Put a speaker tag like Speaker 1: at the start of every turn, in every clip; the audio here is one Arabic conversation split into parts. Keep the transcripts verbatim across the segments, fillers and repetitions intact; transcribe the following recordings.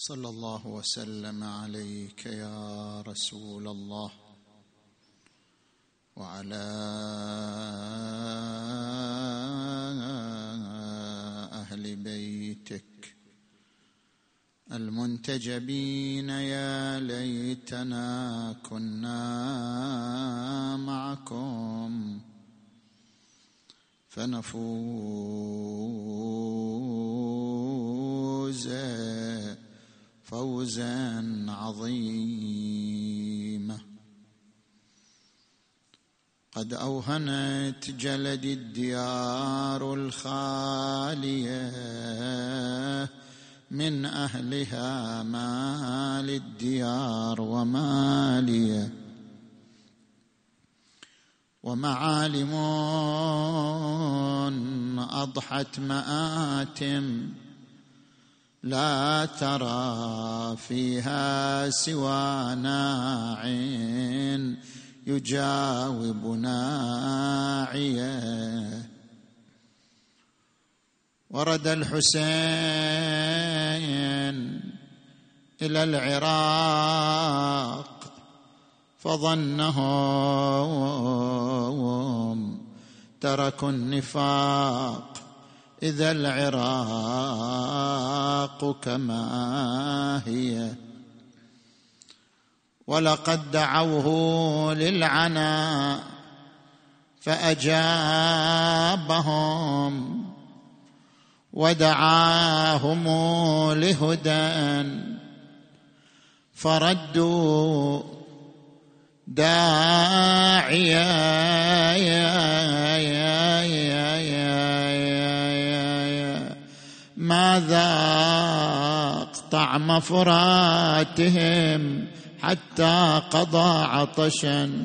Speaker 1: صلى الله وسلم عليك يا رسول الله وعلى أهل بيتك المنتجبين. يا ليتنا كنا معكم فنفوز فوزا عظيما. قد أوهنت جلد الديار الخالية من أهلها ما للديار ومالية، ومعالم أضحت مآتم لا ترى فيها سوى ناع يجاوب ناعيه. ورد الحسين إلى العراق فظنهم تركوا النفاق إذا العراق كما هي. ولقد دعوه للعنا فأجابهم ودعاهم لهدى فردوا داعيا. ما ذاق طعم فراتهم حتى قضى عطشا،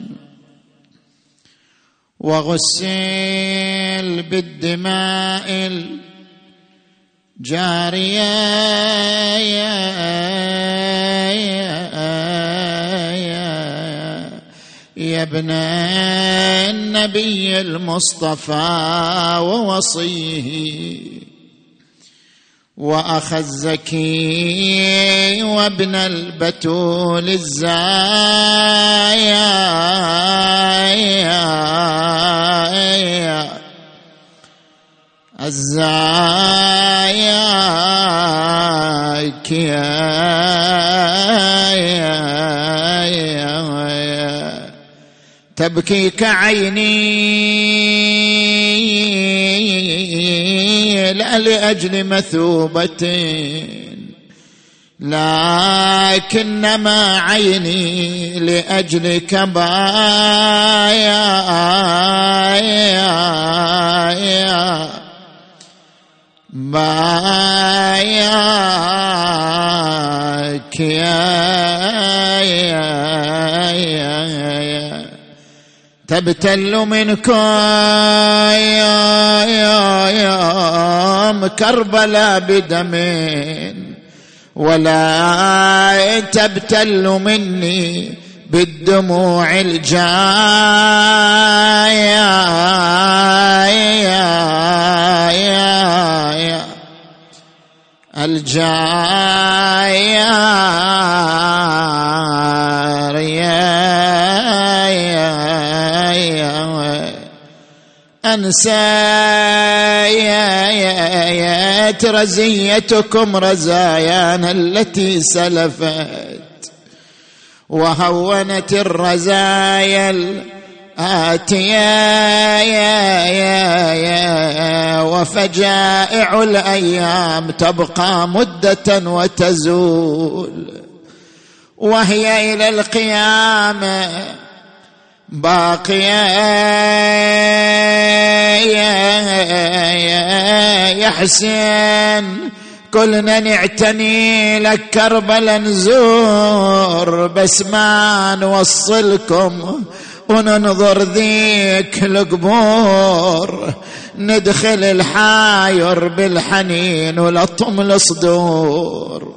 Speaker 1: وغسل بالدماء الجارية يا ابن النبي المصطفى ووصيه، وأخ الزكي وابن البتول الزايا الزاياك تبكيك عيني لا لأجل مثوبة، لكنما عيني لأجلك بايا باياك يا تبتل منكم يوم كربلاء بدم، ولا تبتل مني بالدموع الجاية الجاية أنسيت رزيتكم رزايانا التي سلفت، وهونت الرزايا الآتية، وفجائع الأيام تبقى مدة وتزول، وهي إلى القيامة باقية. يا حسين كلنا نعتني لك كربلا نزور، بس ما نوصلكم وننظر ذيك القبور، ندخل الحاير بالحنين ولطم الصدور،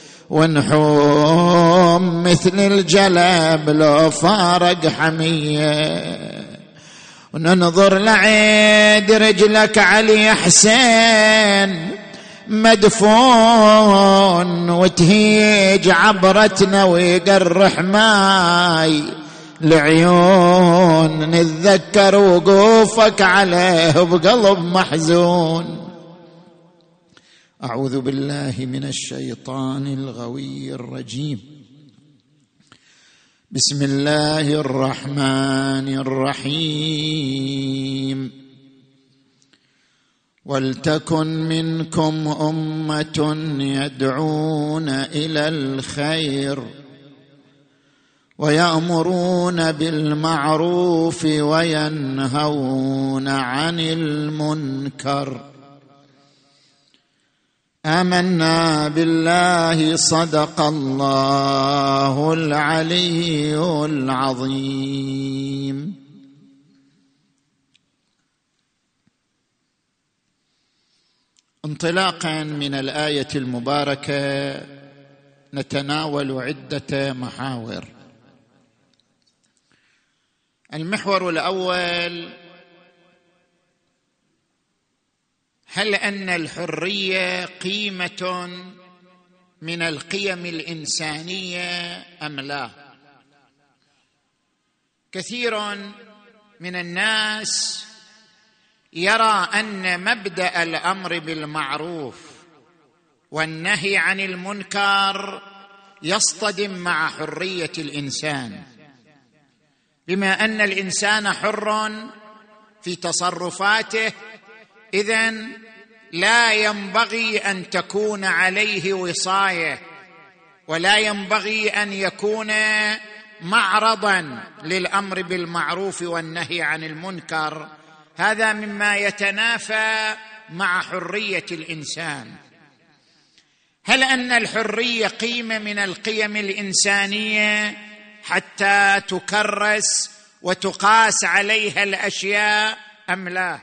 Speaker 1: ونحوم مثل الجلب لو فارق حمية، وننظر لعيد رجلك علي حسين مدفون، وتهيج عبرتنا ويقرح ماي العيون، نتذكر وقوفك عليه بقلب محزون. أعوذ بالله من الشيطان الغوي الرجيم. بسم الله الرحمن الرحيم. ولتكن منكم أمة يدعون إلى الخير ويأمرون بالمعروف وينهون عن المنكر. آمنا بالله، صدق الله العلي العظيم. انطلاقا من الآية المباركة نتناول عدة محاور. المحور الأول: هل أن الحرية قيمة من القيم الإنسانية أم لا؟ كثير من الناس يرى أن مبدأ الأمر بالمعروف والنهي عن المنكر يصطدم مع حرية الإنسان، بما أن الإنسان حر في تصرفاته، إذن لا ينبغي أن تكون عليه وصاية، ولا ينبغي أن يكون معرضا للأمر بالمعروف والنهي عن المنكر. هذا مما يتنافى مع حرية الإنسان. هل أن الحرية قيمة من القيم الإنسانية حتى تكرس وتقاس عليها الأشياء أم لا؟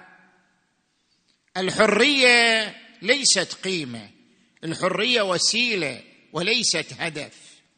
Speaker 1: الحرية ليست قيمة، الحرية وسيلة وليست هدف.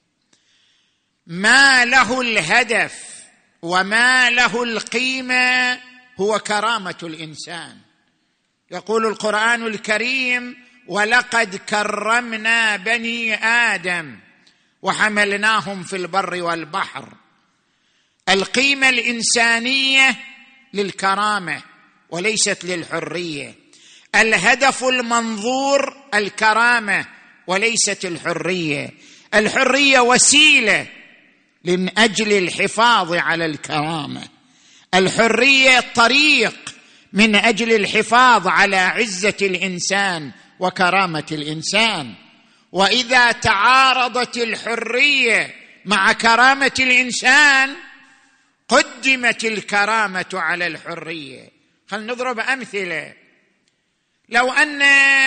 Speaker 1: ما له الهدف وما له القيمة هو كرامة الإنسان. يقول القرآن الكريم: ولقد كرمنا بني آدم وحملناهم في البر والبحر. القيمة الإنسانية للكرامة وليست للحرية. الهدف المنظور الكرامة وليست الحرية. الحرية وسيلة من أجل الحفاظ على الكرامة. الحرية طريق من أجل الحفاظ على عزة الإنسان وكرامة الإنسان. وإذا تعارضت الحرية مع كرامة الإنسان قدمت الكرامة على الحرية. خلينا نضرب أمثلة. لو أن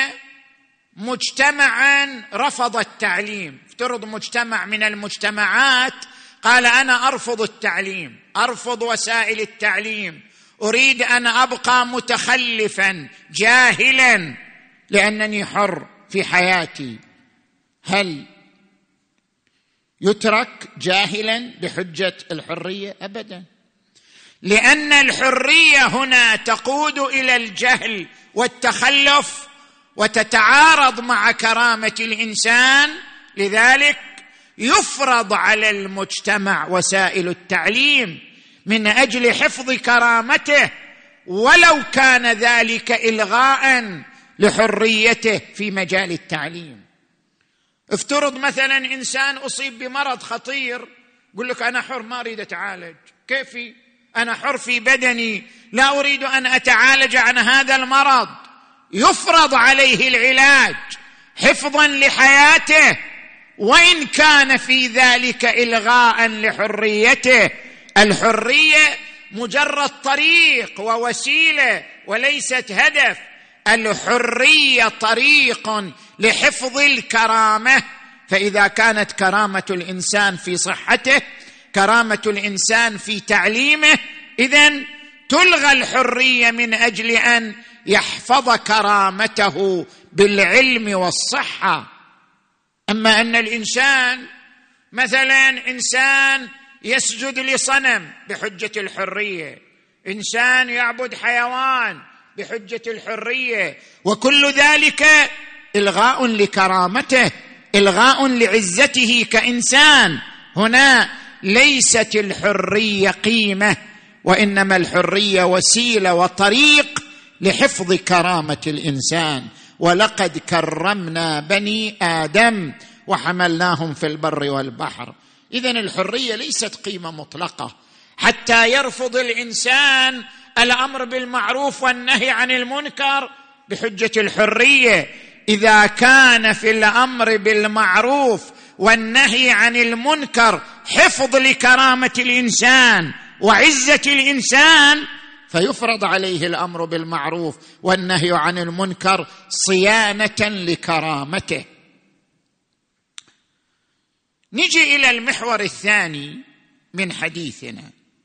Speaker 1: مجتمعا رفض التعليم، افترض مجتمع من المجتمعات قال: أنا أرفض التعليم، أرفض وسائل التعليم، أريد أن أبقى متخلفا جاهلا لأنني حر في حياتي. هل يترك جاهلا بحجة الحرية؟ أبدا، لأن الحرية هنا تقود إلى الجهل والتخلف وتتعارض مع كرامة الإنسان. لذلك يفرض على المجتمع وسائل التعليم من أجل حفظ كرامته، ولو كان ذلك إلغاء لحريته في مجال التعليم. افترض مثلا إنسان أصيب بمرض خطير، يقول لك: أنا حر، ما أريد أتعالج، كيفي؟ أنا حر في بدني، لا أريد أن أتعالج عن هذا المرض. يفرض عليه العلاج حفظا لحياته، وإن كان في ذلك إلغاء لحريته. الحرية مجرد طريق ووسيلة وليست هدف. الحرية طريق لحفظ الكرامة. فإذا كانت كرامة الإنسان في صحته، كرامة الإنسان في تعليمه، إذن تلغى الحرية من أجل أن يحفظ كرامته بالعلم والصحة. أما أن الإنسان مثلا إنسان يسجد لصنم بحجة الحرية، إنسان يعبد حيوان بحجة الحرية، وكل ذلك
Speaker 2: إلغاء لكرامته، إلغاء لعزته كإنسان. هنا ليست الحرية قيمة، وإنما الحرية وسيلة وطريق لحفظ كرامة الإنسان. ولقد كرمنا بني آدم وحملناهم في البر والبحر. إذن الحرية ليست قيمة مطلقة حتى يرفض الإنسان الأمر بالمعروف والنهي عن المنكر بحجة الحرية. إذا كان في الأمر بالمعروف والنهي عن المنكر حفظ لكرامة الإنسان وعزة الإنسان، فيفرض عليه الأمر بالمعروف والنهي عن المنكر صيانة لكرامته. نجي إلى المحور الثاني من حديثنا.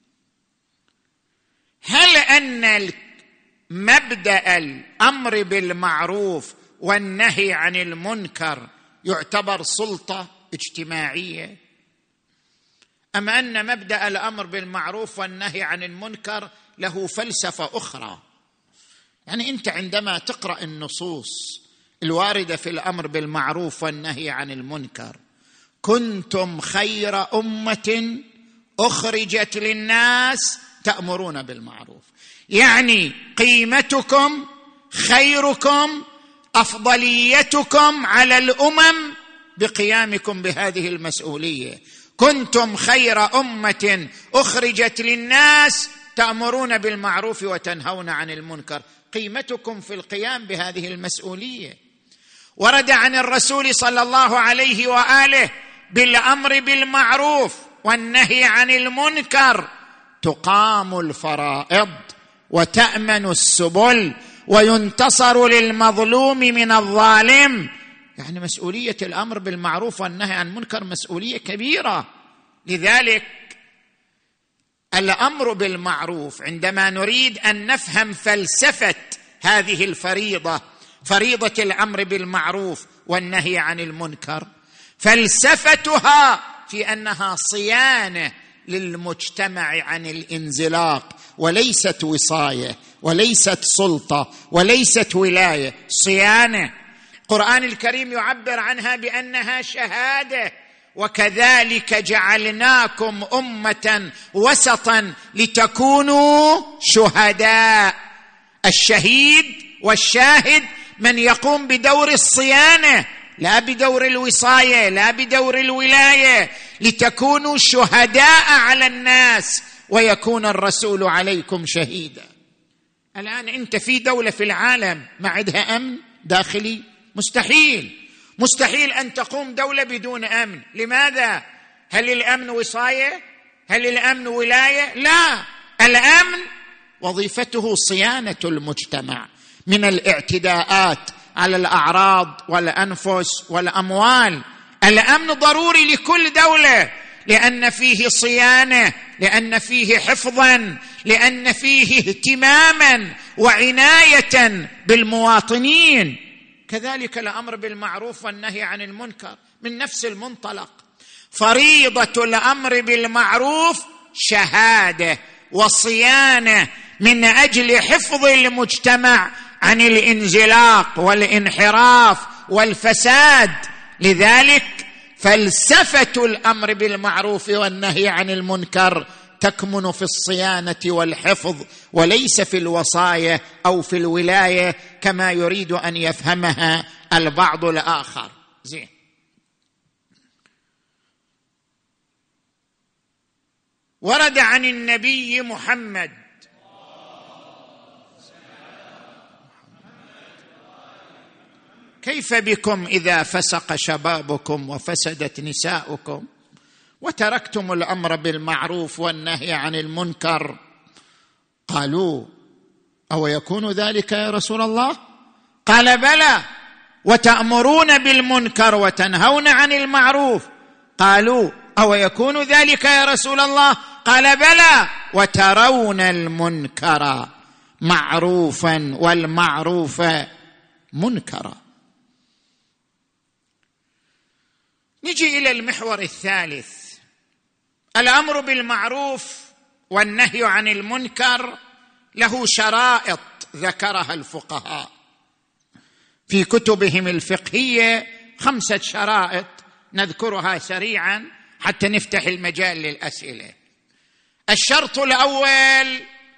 Speaker 2: هل أن مبدأ الأمر بالمعروف والنهي عن المنكر يعتبر سلطة اجتماعية، أم أن مبدأ الأمر بالمعروف والنهي عن المنكر له فلسفة أخرى؟ يعني أنت عندما تقرأ النصوص الواردة في الأمر بالمعروف والنهي عن المنكر، كنتم خير أمة أخرجت للناس تأمرون بالمعروف، يعني قيمتكم، خيركم، أفضليتكم على الأمم بقيامكم بهذه المسؤولية. كنتم خير أمة أخرجت للناس تأمرون بالمعروف وتنهون عن المنكر، قيمتكم في القيام بهذه المسؤولية. ورد عن الرسول صلى الله عليه وآله بالأمر بالمعروف والنهي عن المنكر تقام الفرائض وتأمن السبل وينتصر للمظلوم من الظالم. يعني مسؤولية الأمر بالمعروف والنهي عن المنكر مسؤولية كبيرة. لذلك الأمر بالمعروف، عندما نريد أن نفهم فلسفة هذه الفريضة، فريضة الأمر بالمعروف والنهي عن المنكر، فلسفتها في أنها صيانة للمجتمع عن الانزلاق، وليست وصاية، وليست سلطة، وليست ولاية، صيانة. القرآن الكريم يعبر عنها بأنها شهادة: وكذلك جعلناكم أمة وسطا لتكونوا شهداء. الشهيد والشاهد من يقوم بدور الصيانة، لا بدور الوصاية، لا بدور الولاية، لتكونوا شهداء على الناس ويكون الرسول عليكم شهيدا. الآن أنت في دولة في العالم ما عندها أمن داخلي؟ مستحيل. مستحيل أن تقوم دولة بدون أمن. لماذا؟ هل الأمن وصاية؟ هل الأمن ولاية؟ لا، الأمن وظيفته صيانة المجتمع من الاعتداءات على الأعراض والأنفس والأموال. الأمن ضروري لكل دولة، لأن فيه صيانة، لأن فيه حفظا، لأن فيه اهتماما وعناية بالمواطنين. كذلك الأمر بالمعروف والنهي عن المنكر من نفس المنطلق. فريضة الأمر بالمعروف شهادة وصيانة من أجل حفظ المجتمع عن الانزلاق والانحراف والفساد. لذلك فلسفة الأمر بالمعروف والنهي عن المنكر تكمن في الصيانة والحفظ، وليس في الوصاية أو في الولاية كما يريد أن يفهمها البعض الآخر. زين. ورد عن النبي محمد كيف بكم إذا فسق شبابكم وفسدت نساؤكم وتركتم الأمر بالمعروف والنهي عن المنكر؟ قالوا: أو يكون ذلك يا رسول الله؟ قال: بلى، وتأمرون بالمنكر وتنهون عن المعروف. قالوا: أو يكون ذلك يا رسول الله؟ قال: بلى، وترون المنكر معروفا والمعروف منكرا. نجي إلى المحور الثالث. الأمر بالمعروف والنهي عن المنكر له شرائط ذكرها الفقهاء. في كتبهم الفقهية خمسة شرائط نذكرها سريعا حتى نفتح المجال للأسئلة. الشرط الأول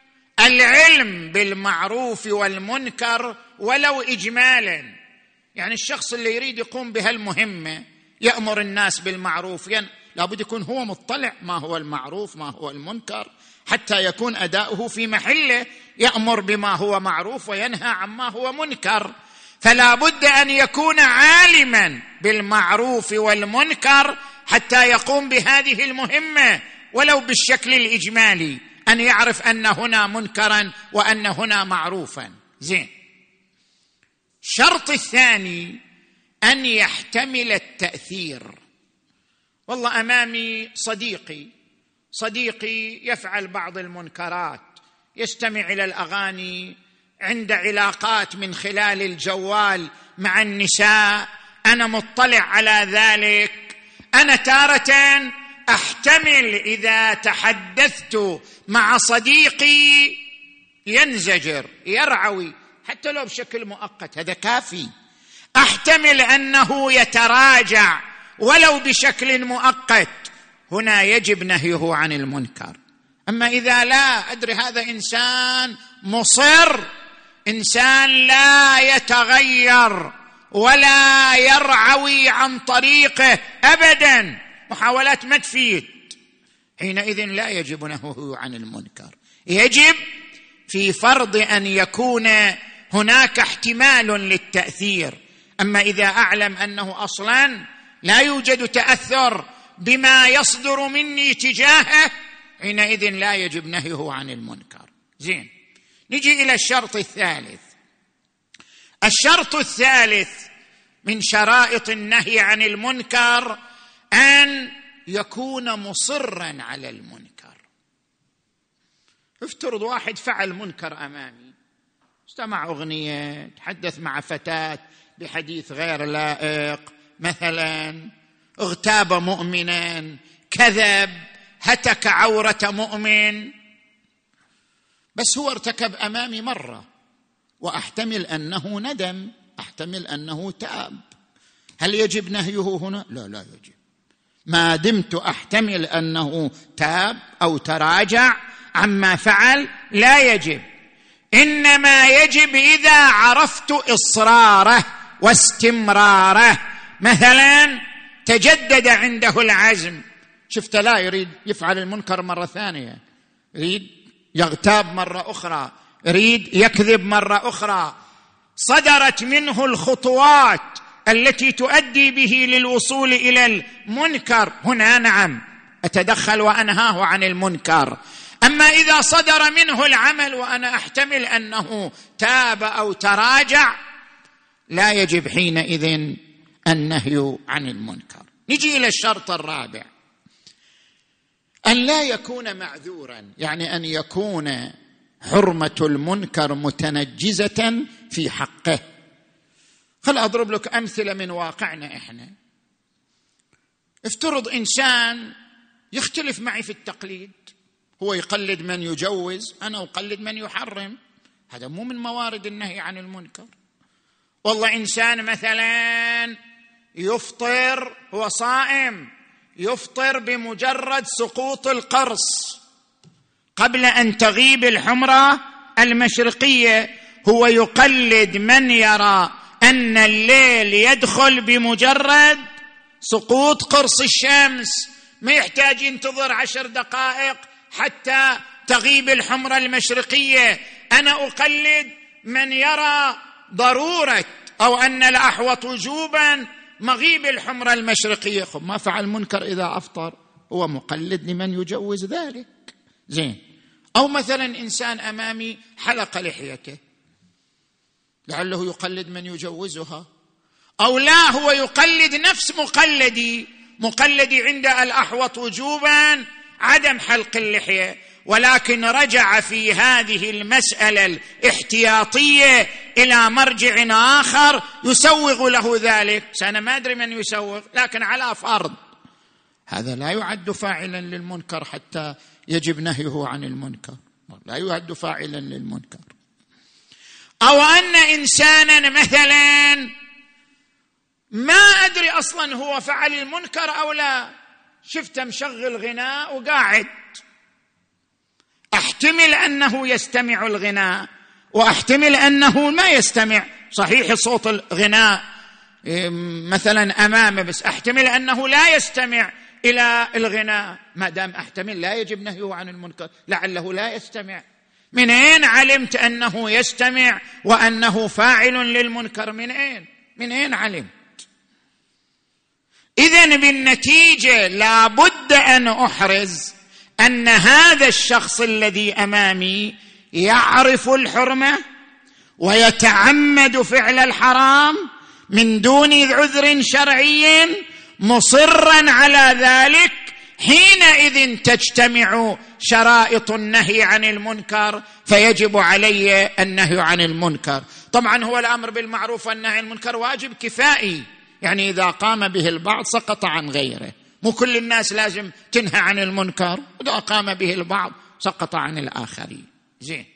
Speaker 2: العلم بالمعروف والمنكر ولو إجمالا، يعني الشخص اللي يريد يقوم بهالمهمة يأمر الناس بالمعروف يعني لابد يكون هو مطلع ما هو المعروف ما هو المنكر حتى يكون أداؤه في محله، يأمر بما هو معروف وينهى عما هو منكر، فلا بد أن يكون عالما بالمعروف والمنكر حتى يقوم بهذه المهمة ولو بالشكل الإجمالي، أن يعرف أن هنا منكرا وأن هنا معروفا. زين. الشرط الثاني أن يحتمل التأثير. والله أمامي صديقي صديقي يفعل بعض المنكرات، يستمع إلى الأغاني، عند علاقات من خلال الجوال مع النساء، أنا مطلع على ذلك، أنا تارة أحتمل إذا تحدثت مع صديقي ينزجر يرعوي حتى لو بشكل مؤقت، هذا كافي. أحتمل أنه يتراجع ولو بشكل مؤقت، هنا يجب نهيه عن المنكر. أما إذا لا أدري هذا إنسان مصر، إنسان لا يتغير ولا يرعوي عن طريقه أبدا، محاولات ما تفيد، حينئذ لا يجب نهيه عن المنكر. يجب في فرض أن يكون هناك احتمال للتأثير. أما إذا أعلم أنه أصلا لا يوجد تأثر بما يصدر مني تجاهه، حينئذ لا يجب نهيه عن المنكر. زين. نجي إلى الشرط الثالث. الشرط الثالث من شرائط النهي عن المنكر أن يكون مصرا على المنكر. افترض واحد فعل منكر أمامي، استمع أغنية، تحدث مع فتاة بحديث غير لائق مثلا، اغتاب مؤمنا، كذب، هتك عورة مؤمن، بس هو ارتكب أمامي مرة وأحتمل أنه ندم، أحتمل أنه تاب، هل يجب نهيه هنا؟ لا لا يجب، ما دمت أحتمل أنه تاب أو تراجع عما فعل لا يجب. إنما يجب إذا عرفت إصراره واستمراره، مثلا تجدد عنده العزم، شفت لا يريد يفعل المنكر مرة ثانية، يريد يغتاب مرة أخرى، يريد يكذب مرة أخرى، صدرت منه الخطوات التي تؤدي به للوصول إلى المنكر، هنا نعم أتدخل وأنهاه عن المنكر. أما إذا صدر منه العمل وأنا أحتمل أنه تاب أو تراجع، لا يجب حينئذ النهي عن المنكر. نجي إلى الشرط الرابع، أن لا يكون معذورا، يعني أن يكون حرمة المنكر متنجزة في حقه. خل أضرب لك أمثلة من واقعنا إحنا. افترض إنسان يختلف معي في التقليد، هو يقلد من يجوز، أنا أقلد من يحرم، هذا مو من موارد النهي عن المنكر. والله إنسان مثلا يفطر، هو صائم، يفطر بمجرد سقوط القرص قبل أن تغيب الحمرة المشرقية، هو يقلد من يرى أن الليل يدخل بمجرد سقوط قرص الشمس، ما يحتاج ينتظر عشر دقائق حتى تغيب الحمرة المشرقية. أنا أقلد من يرى ضرورة أو أن الأحوط وجوبا مغيب الحمرة المشرقية، خب ما فعل منكر إذا أفطر، هو مقلد لمن يجوز ذلك. زين. أو مثلا إنسان أمامي حلق لحيته، لعله يقلد من يجوزها، أو لا هو يقلد نفس مقلدي، مقلدي عند الأحوط وجوبا عدم حلق اللحية، ولكن رجع في هذه المسألة الاحتياطية إلى مرجع آخر يسوغ له ذلك، أنا ما أدري من يسوغ لكن على فرض، هذا لا يعد فاعلا للمنكر حتى يجب نهيه عن المنكر، لا يعد فاعلا للمنكر. أو أن إنسانا مثلا ما أدري أصلا هو فعل المنكر أو لا، شفته مشغل غناء وقاعد، أحتمل أنه يستمع الغناء وأحتمل أنه ما يستمع، صحيح صوت الغناء مثلا أمامه، بس أحتمل أنه لا يستمع إلى الغناء. ما دام أحتمل لا يجب نهيه عن المنكر، لعله لا يستمع. من أين علمت أنه يستمع وأنه فاعل للمنكر؟ من أين من أين علمت؟ إذن بالنتيجة لا بد أن أحرز أن هذا الشخص الذي أمامي يعرف الحرمة ويتعمد فعل الحرام من دون عذر شرعي مصرا على ذلك، حينئذ تجتمع شرائط النهي عن المنكر فيجب علي النهي عن المنكر. طبعا هو الأمر بالمعروف والنهي عن المنكر واجب كفائي، يعني إذا قام به البعض سقط عن غيره، مو كل الناس لازم تنهى عن المنكر، إذا قام به البعض سقط عن الآخرين. زين.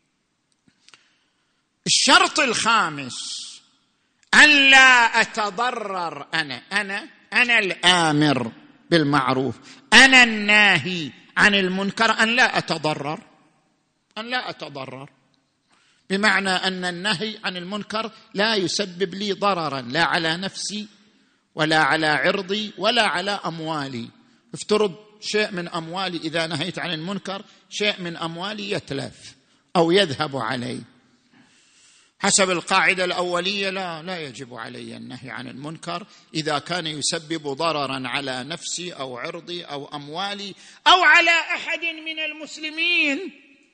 Speaker 2: الشرط الخامس أن لا أتضرر أنا أنا أنا الآمر بالمعروف، أنا الناهي عن المنكر، أن لا أتضرر أن لا أتضرر بمعنى أن النهي عن المنكر لا يسبب لي ضررا، لا على نفسي ولا على عرضي ولا على أموالي. افترض شيء من أموالي إذا نهيت عن المنكر، شيء من أموالي يتلف أو يذهب علي، حسب القاعدة الأولية لا لا يجب علي النهي عن المنكر إذا كان يسبب ضررا على نفسي أو عرضي أو أموالي أو على أحد من المسلمين،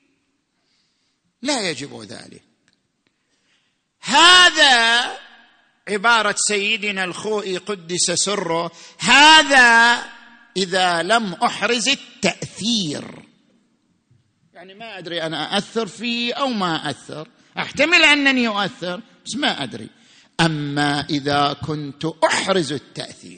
Speaker 2: لا يجب ذلك. هذا عبارة سيدنا الخوئي قدس سره، هذا إذا لم أحرز التأثير، يعني ما أدري أنا أأثر فيه أو ما أثر، أحتمل أنني أؤثر بس ما أدري. أما إذا كنت أحرز التأثير،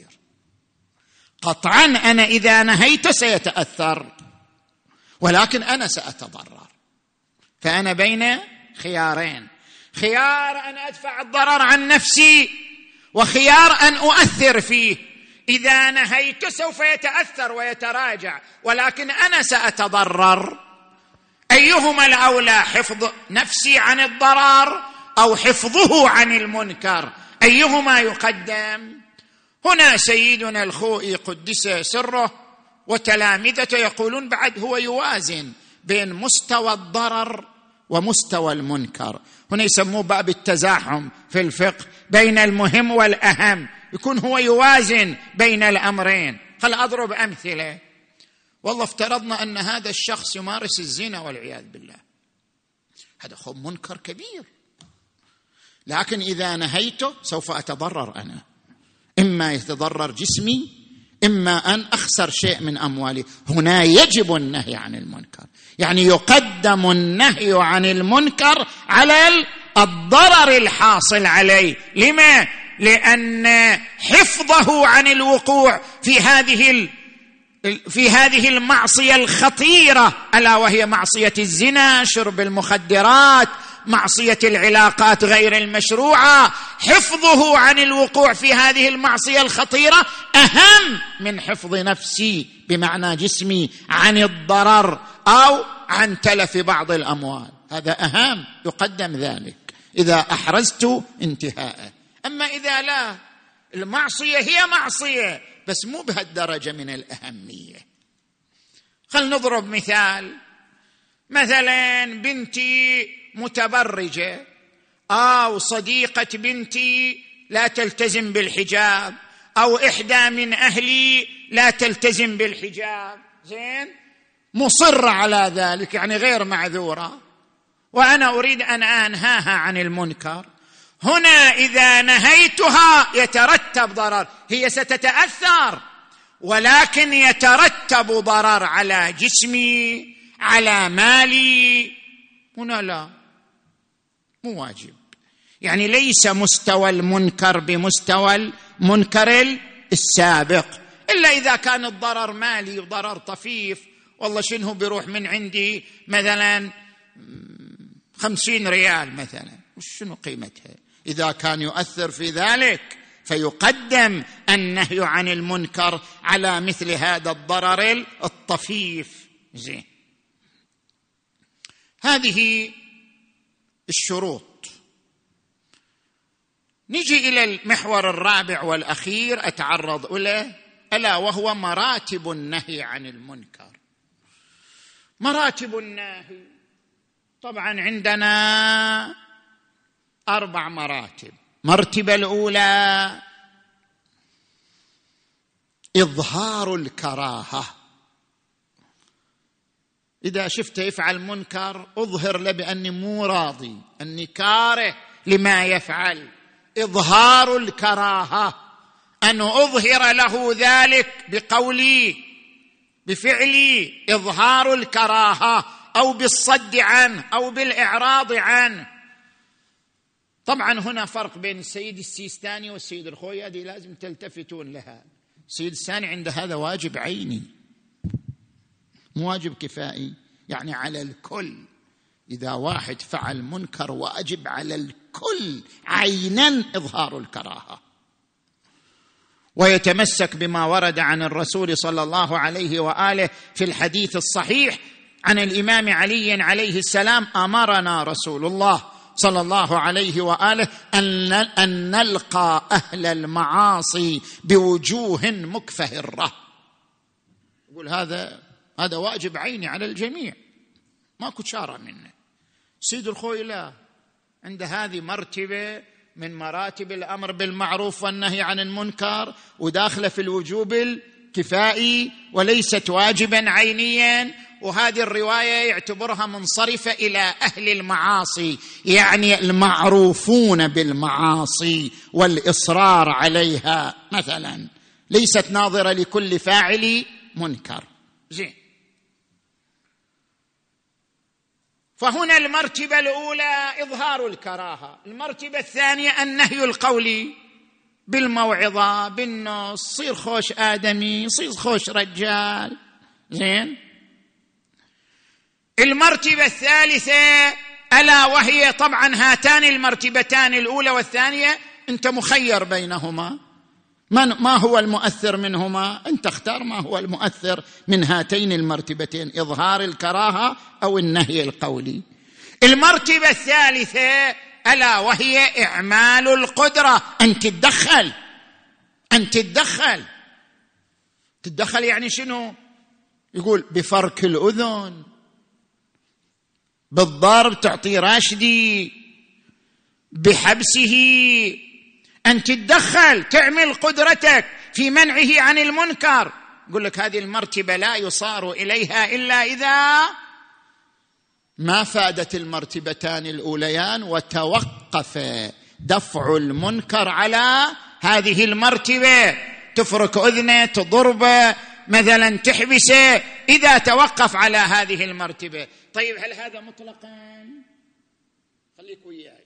Speaker 2: قطعا أنا إذا نهيت سيتأثر ولكن أنا سأتضرر، فأنا بين خيارين، خيار أن أدفع الضرر عن نفسي وخيار أن أؤثر فيه. إذا نهيت سوف يتأثر ويتراجع ولكن أنا سأتضرر. أيهما الأولى، حفظ نفسي عن الضرر أو حفظه عن المنكر؟ أيهما يقدم؟ هنا سيدنا الخوئي قدس سره وتلامذته يقولون بعد هو يوازن بين مستوى الضرر ومستوى المنكر. هنا يسموه باب التزاحم في الفقه بين المهم والأهم، يكون هو يوازن بين الأمرين. خل أضرب أمثلة. والله افترضنا أن هذا الشخص يمارس الزنا والعياذ بالله، هذا خب منكر كبير، لكن إذا نهيته سوف أتضرر أنا، إما يتضرر جسمي إما أن أخسر شيء من أموالي. هنا يجب النهي عن المنكر، يعني يقدم النهي عن المنكر على الضرر الحاصل عليه. لما؟ لأن حفظه عن الوقوع في هذه في هذه المعصية الخطيرة، ألا وهي معصية الزنا، شرب المخدرات، معصية العلاقات غير المشروعة، حفظه عن الوقوع في هذه المعصية الخطيرة أهم من حفظ نفسي بمعنى جسمي عن الضرر أو عن تلف بعض الأموال. هذا أهم، يقدم ذلك إذا أحرزت انتهاءه. أما إذا لا، المعصية هي معصية بس مو بهالدرجة من الأهمية. خل نضرب مثال، مثلا بنتي متبرجة أو صديقة بنتي لا تلتزم بالحجاب أو إحدى من أهلي لا تلتزم بالحجاب، زين، مصر على ذلك يعني غير معذورة، وأنا أريد أن أنهاها عن المنكر. هنا إذا نهيتها يترتب ضرر، هي ستتأثر ولكن يترتب ضرر على جسمي على مالي. هنا لا، مو واجب، يعني ليس مستوى المنكر بمستوى المنكر السابق، إلا إذا كان الضرر مالي وضرر طفيف، والله شنو بيروح من عندي مثلا خمسين ريال مثلا، وش شنو قيمتها؟ إذا كان يؤثر في ذلك فيقدم النهي عن المنكر على مثل هذا الضرر الطفيف. زين، هذه الشروط. نجي إلى المحور الرابع والأخير أتعرض إليه، ألا وهو مراتب النهي عن المنكر. مراتب النهي طبعا عندنا أربع مراتب. مرتبة الأولى إظهار الكراهة. إذا شفته يفعل منكر أظهر له بأني مو راضي، أني كاره لما يفعل. إظهار الكراهة، أن أظهر له ذلك بقولي بفعلي، إظهار الكراهة، أو بالصد عنه أو بالإعراض عنه. طبعا هنا فرق بين السيد السيستاني والسيد الخوئي، هذه لازم تلتفتون لها. السيد السيستاني عنده هذا واجب عيني، مو واجب كفائي، يعني على الكل. إذا واحد فعل منكر واجب على الكل عينا إظهار الكراهة، ويتمسك بما ورد عن الرسول صلى الله عليه وآله في الحديث الصحيح عن الإمام علي عليه السلام: أمرنا رسول الله صلى الله عليه وآله أن نلقى أهل المعاصي بوجوه مكفهرة. يقول هذا هذا واجب عيني على الجميع، ماكو شارع منه. سيد الخوئي لا، عند هذه مرتبة من مراتب الأمر بالمعروف والنهي عن المنكر، وداخله في الوجوب الكفائي وليست واجبا عينيا. وهذه الرواية يعتبرها منصرفة إلى أهل المعاصي، يعني المعروفون بالمعاصي والإصرار عليها مثلا، ليست ناظرة لكل فاعل منكر. زين، فهنا المرتبة الأولى إظهار الكراهة. المرتبة الثانية النهي القولي بالموعظة بالنص، صير خوش آدمي، صير خوش رجال. زين، المرتبة الثالثة ألا وهي طبعا هاتان المرتبتان الأولى والثانية أنت مخير بينهما، من ما هو المؤثر منهما؟ أنت اختار ما هو المؤثر من هاتين المرتبتين، إظهار الكراهة أو النهي القولي. المرتبة الثالثة ألا وهي إعمال القدرة، أن تتدخل أن تتدخل تتدخل يعني شنو؟ يقول بفرك الأذن، بالضرب، تعطي راشدي، بحبسه، أن تتدخل تعمل قدرتك في منعه عن المنكر. يقول لك هذه المرتبة لا يصار إليها إلا إذا ما فادت المرتبتان الأوليان وتوقف دفع المنكر على هذه المرتبة. تفرك أذنه، تضربه مثلا، تحبسه، إذا توقف على هذه المرتبة. طيب هل هذا مطلقا؟ خليك وياي.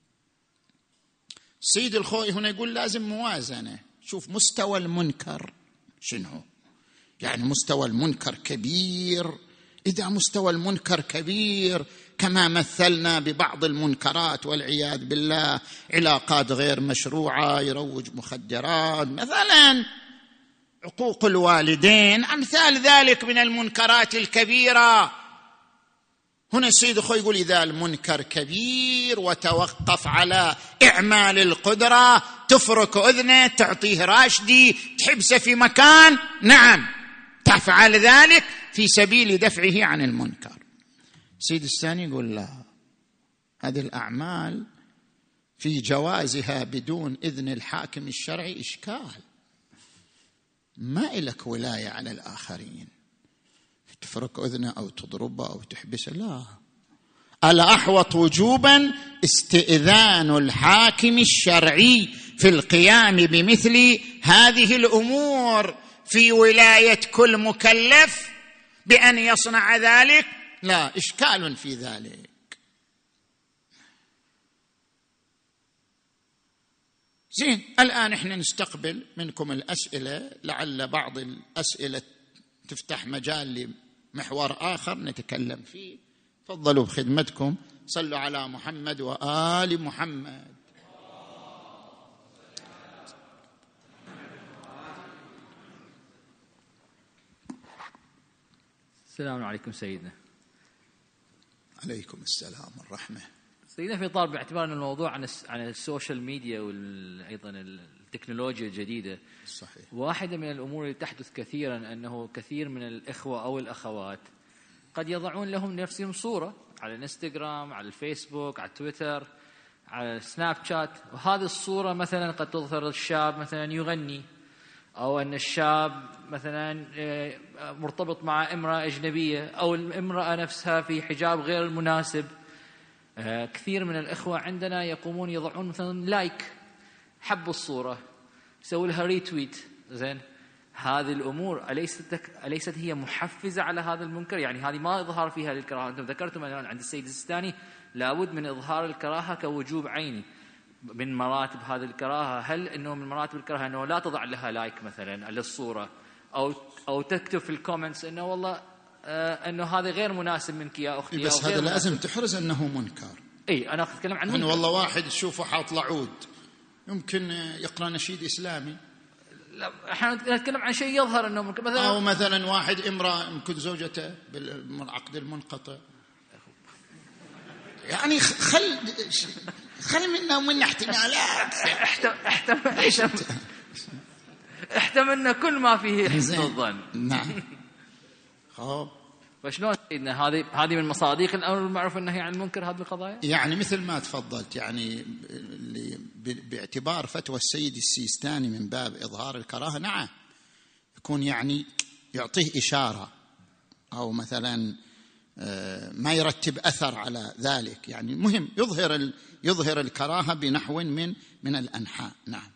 Speaker 2: سيد الخوئي هنا يقول لازم موازنة. شوف مستوى المنكر شنو، يعني مستوى المنكر كبير. إذا مستوى المنكر كبير كما مثلنا ببعض المنكرات والعياذ بالله، علاقات غير مشروعة، يروج مخدرات مثلا، عقوق الوالدين، أمثال ذلك من المنكرات الكبيرة. هنا السيد الخوئي يقول إذا المنكر كبير وتوقف على إعمال القدرة، تفرك أذنه، تعطيه راشدي، تحبسه في مكان، نعم تفعل ذلك في سبيل دفعه عن المنكر. السيد الثاني يقول لا، هذه الأعمال في جوازها بدون إذن الحاكم الشرعي إشكال، ما إلك ولاية على الآخرين، تفرك أذنه أو تضربه أو تحبسه، لا. الأحوط وجوبا استئذان الحاكم الشرعي في القيام بمثل هذه الأمور في ولاية كل مكلف بأن يصنع ذلك، لا إشكال في ذلك. زين، الآن احنا نستقبل منكم الأسئلة، لعل بعض الأسئلة تفتح مجال لمحور آخر نتكلم فيه. تفضلوا بخدمتكم
Speaker 1: صلوا على محمد وآل محمد.
Speaker 3: السلام عليكم سيدنا.
Speaker 1: عليكم السلام والرحمة.
Speaker 3: سيدنا، في طار باعتبار أن الموضوع عن عن السوشيال ميديا وأيضا التكنولوجيا الجديدة،
Speaker 1: صحيح.
Speaker 3: واحدة من الأمور اللي تحدث كثيرا أنه كثير من الإخوة أو الأخوات قد يضعون لهم نفسهم صورة على الانستغرام، على الفيسبوك، على تويتر، على سناب شات، وهذه الصورة مثلا قد تظهر الشاب مثلا يغني، أو أن الشاب مثلا مرتبط مع امرأة أجنبية، أو الامرأة نفسها في حجاب غير المناسب. كثير من الإخوة عندنا يقومون يضعون مثلا لايك، حبوا الصورة، يسوي لها ريتويت. زين، هذه الأمور أليست أليست هي محفزة على هذا المنكر؟ يعني هذه ما إظهار فيها للكراهة. أنتم ذكرتم الآن عند السيد السيستاني لابد من إظهار الكراهة كوجوب عيني من مراتب هذه الكراهة. هل إنه من مراتب الكراهة إنه لا تضع لها لايك مثلا على الصورة، أو أو تكتب في الكومنتس إنه والله آه إنه هذا غير مناسب منك يا أختي،
Speaker 1: بس هذا لازم تحرز أنه منكر.
Speaker 3: إي أنا أتكلم عن منكر.
Speaker 1: يعني والله واحد تشوفه حاط لعود يمكن يقرأ نشيد إسلامي،
Speaker 3: لا احنا نتكلم عن شيء يظهر انه مثلا،
Speaker 1: او مثلا واحد امراه يمكن زوجته بالعقد المنقطع، يعني خل خل منا ومن احتمالات.
Speaker 3: احتمل احتملنا كل ما فيه حسن الظن.
Speaker 1: نعم. خب
Speaker 3: فشلون سيدنا هذه هذه من مصادق الامر بالمعروف والنهي عن المنكر هذه القضايا؟
Speaker 1: يعني مثل ما تفضلت، يعني باعتبار فتوى السيد السيستاني من باب إظهار الكراهة، نعم يكون يعني يعطيه إشارة، أو مثلا ما يرتب أثر على ذلك، يعني مهم يظهر يظهر الكراهة بنحو من من الأنحاء. نعم.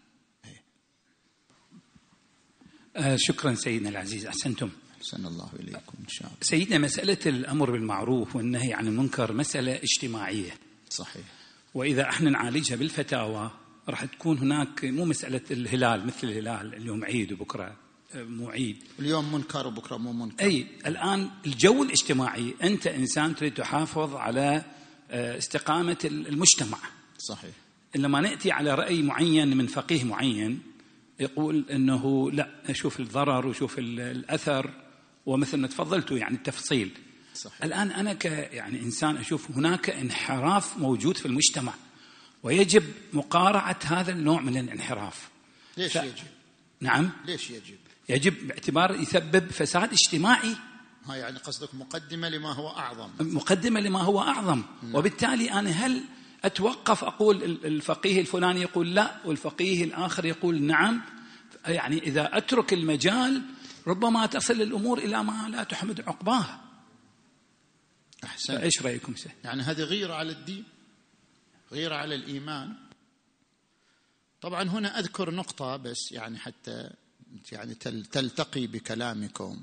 Speaker 4: آه شكرا سيدنا العزيز، أحسنتم.
Speaker 1: أحسن الله إليكم إن شاء الله.
Speaker 4: سيدنا، مسألة الأمر بالمعروف والنهي عن المنكر مسألة اجتماعية.
Speaker 1: صحيح.
Speaker 4: وإذا احنا نعالجها بالفتاوى راح تكون هناك مو مسألة الهلال مثل الهلال، اليوم عيد وبكرة مو عيد،
Speaker 1: اليوم منكر وبكرة مو منكر.
Speaker 4: أي الآن الجو الاجتماعي، أنت إنسان تريد تحافظ على استقامة المجتمع.
Speaker 1: صحيح.
Speaker 4: لما نأتي على رأي معين من فقيه معين يقول أنه لا، شوف الضرر وشوف الأثر، ومثل ما تفضلتوا يعني التفصيل.
Speaker 1: صحيح.
Speaker 4: الآن أنا ك يعني إنسان أشوف هناك انحراف موجود في المجتمع، ويجب مقارعة هذا النوع من الانحراف.
Speaker 1: ليش ف... يجب؟
Speaker 4: نعم.
Speaker 1: ليش يجب؟
Speaker 4: يجب باعتبار يسبب فساد اجتماعي.
Speaker 1: ها يعني قصدك مقدمة لما هو أعظم.
Speaker 4: مقدمة لما هو أعظم. م. وبالتالي أنا هل أتوقف أقول الفقيه الفلاني يقول لا والفقيه الآخر يقول نعم؟ يعني إذا أترك المجال ربما تصل الأمور إلى ما لا تحمد عقباها.
Speaker 1: أحسن.
Speaker 4: فإيش رأيكم سيد؟
Speaker 1: يعني هذه غيرة على الدين، غيرة على الإيمان. طبعا هنا أذكر نقطة بس يعني حتى يعني تلتقي بكلامكم.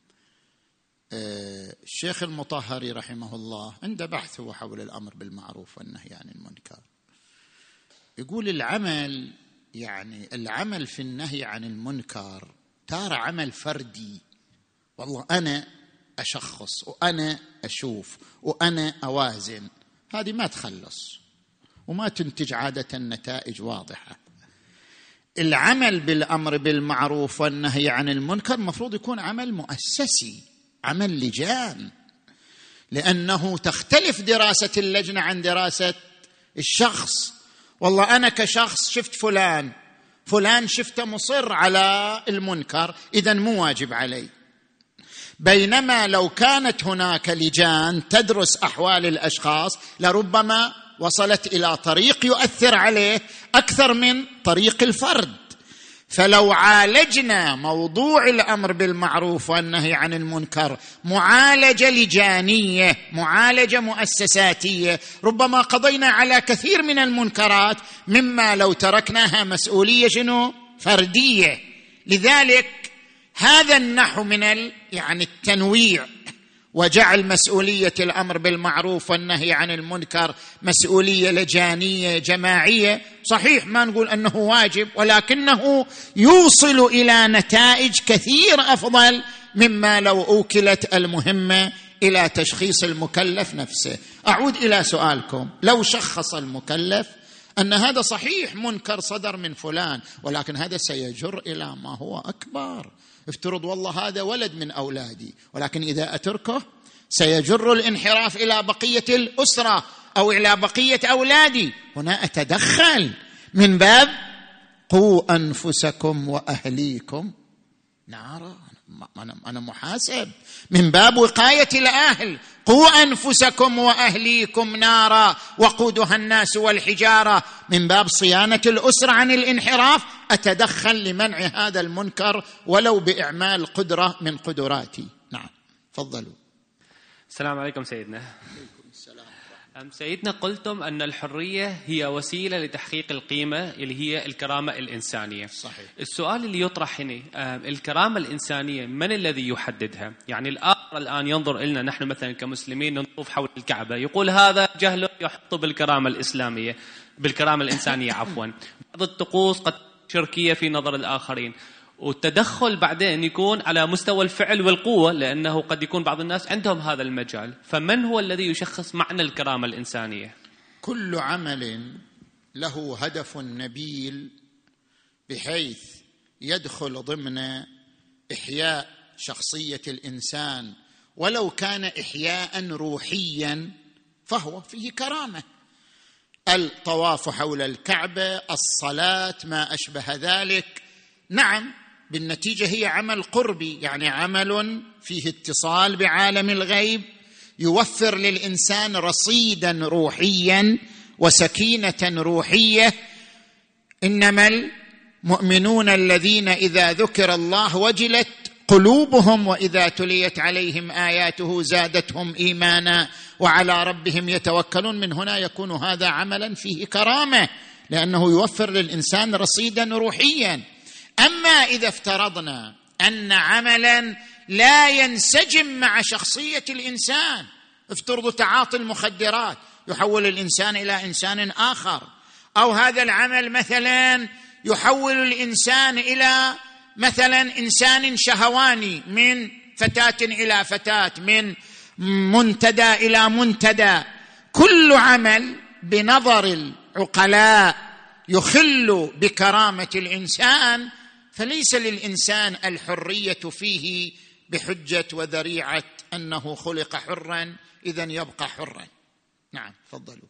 Speaker 1: الشيخ المطهري رحمه الله عنده بحث هو حول الأمر بالمعروف والنهي عن المنكر، يقول العمل يعني العمل في النهي عن المنكر ترى عمل فردي، والله أنا أشخص وأنا أشوف وأنا أوازن، هذه ما تخلص وما تنتج عادة نتائج واضحة. العمل بالأمر بالمعروف والنهي عن المنكر مفروض يكون عمل مؤسسي، عمل لجان، لأنه تختلف دراسة اللجنة عن دراسة الشخص. والله أنا كشخص شفت فلان فلان شفته مصر على المنكر، إذن مو واجب علي. بينما لو كانت هناك لجان تدرس أحوال الأشخاص لربما وصلت إلى طريق يؤثر عليه أكثر من طريق الفرد. فلو عالجنا موضوع الأمر بالمعروف والنهي عن المنكر معالجة لجانية، معالجة مؤسساتية، ربما قضينا على كثير من المنكرات مما لو تركناها مسؤولية شنو؟ فردية. لذلك هذا النحو من ال... يعني التنويع وجعل مسؤولية الأمر بالمعروف والنهي عن المنكر مسؤولية لجانية جماعية، صحيح ما نقول أنه واجب، ولكنه يوصل إلى نتائج كثير أفضل مما لو أوكلت المهمة الى تشخيص المكلف نفسه. اعود الى سؤالكم، لو شخص المكلف ان هذا صحيح منكر صدر من فلان، ولكن هذا سيجر الى ما هو اكبر. افترض والله هذا ولد من اولادي، ولكن اذا اتركه سيجر الانحراف الى بقيه الاسره او الى بقيه اولادي. هنا اتدخل من باب قوا انفسكم واهليكم نارا. انا انا محاسب من باب وقايه الاهل. قوا انفسكم واهليكم نارا وقودها الناس والحجاره، من باب صيانه الاسره عن الانحراف. اتدخل لمنع هذا المنكر ولو باعمال قدره من قدراتي. نعم تفضلوا.
Speaker 5: السلام عليكم سيدنا. سيدنا، قلتم أن الحرية هي وسيلة لتحقيق القيمة اللي هي الكرامة الإنسانية.
Speaker 1: صحيح.
Speaker 5: السؤال اللي يطرح هنا، الكرامة الإنسانية من الذي يحددها؟ يعني الآخر الآن ينظر إلنا نحن مثلا كمسلمين نطوف حول الكعبة، يقول هذا جهل يحط بالكرامة الإسلامية بالكرامة الإنسانية عفوا. بعض الطقوس قد شركية في نظر الآخرين، والتدخل بعدين يكون على مستوى الفعل والقوة، لأنه قد يكون بعض الناس عندهم هذا المجال. فمن هو الذي يشخص معنى الكرامة الإنسانية؟
Speaker 1: كل عمل له هدف نبيل بحيث يدخل ضمن إحياء شخصية الإنسان ولو كان إحياء روحيا فهو فيه كرامة. الطواف حول الكعبة، الصلاة، ما أشبه ذلك، نعم بالنتيجة هي عمل قربي، يعني عمل فيه اتصال بعالم الغيب، يوفر للإنسان رصيدا روحيا وسكينة روحية. إنما المؤمنون الذين إذا ذكر الله وجلت قلوبهم وإذا تليت عليهم آياته زادتهم إيمانا وعلى ربهم يتوكلون. من هنا يكون هذا عملا فيه كرامة، لأنه يوفر للإنسان رصيدا روحيا. أما إذا افترضنا أن عملا لا ينسجم مع شخصية الإنسان، افترضوا تعاطي المخدرات يحول الإنسان إلى إنسان آخر، أو هذا العمل مثلا يحول الإنسان إلى مثلا إنسان شهواني، من فتاة إلى فتاة، من منتدى إلى منتدى. كل عمل بنظر العقلاء يخل بكرامة الإنسان فليس للإنسان الحرية فيه بحجة وذريعة أنه خلق حرا إذن يبقى حرا. نعم تفضلوا.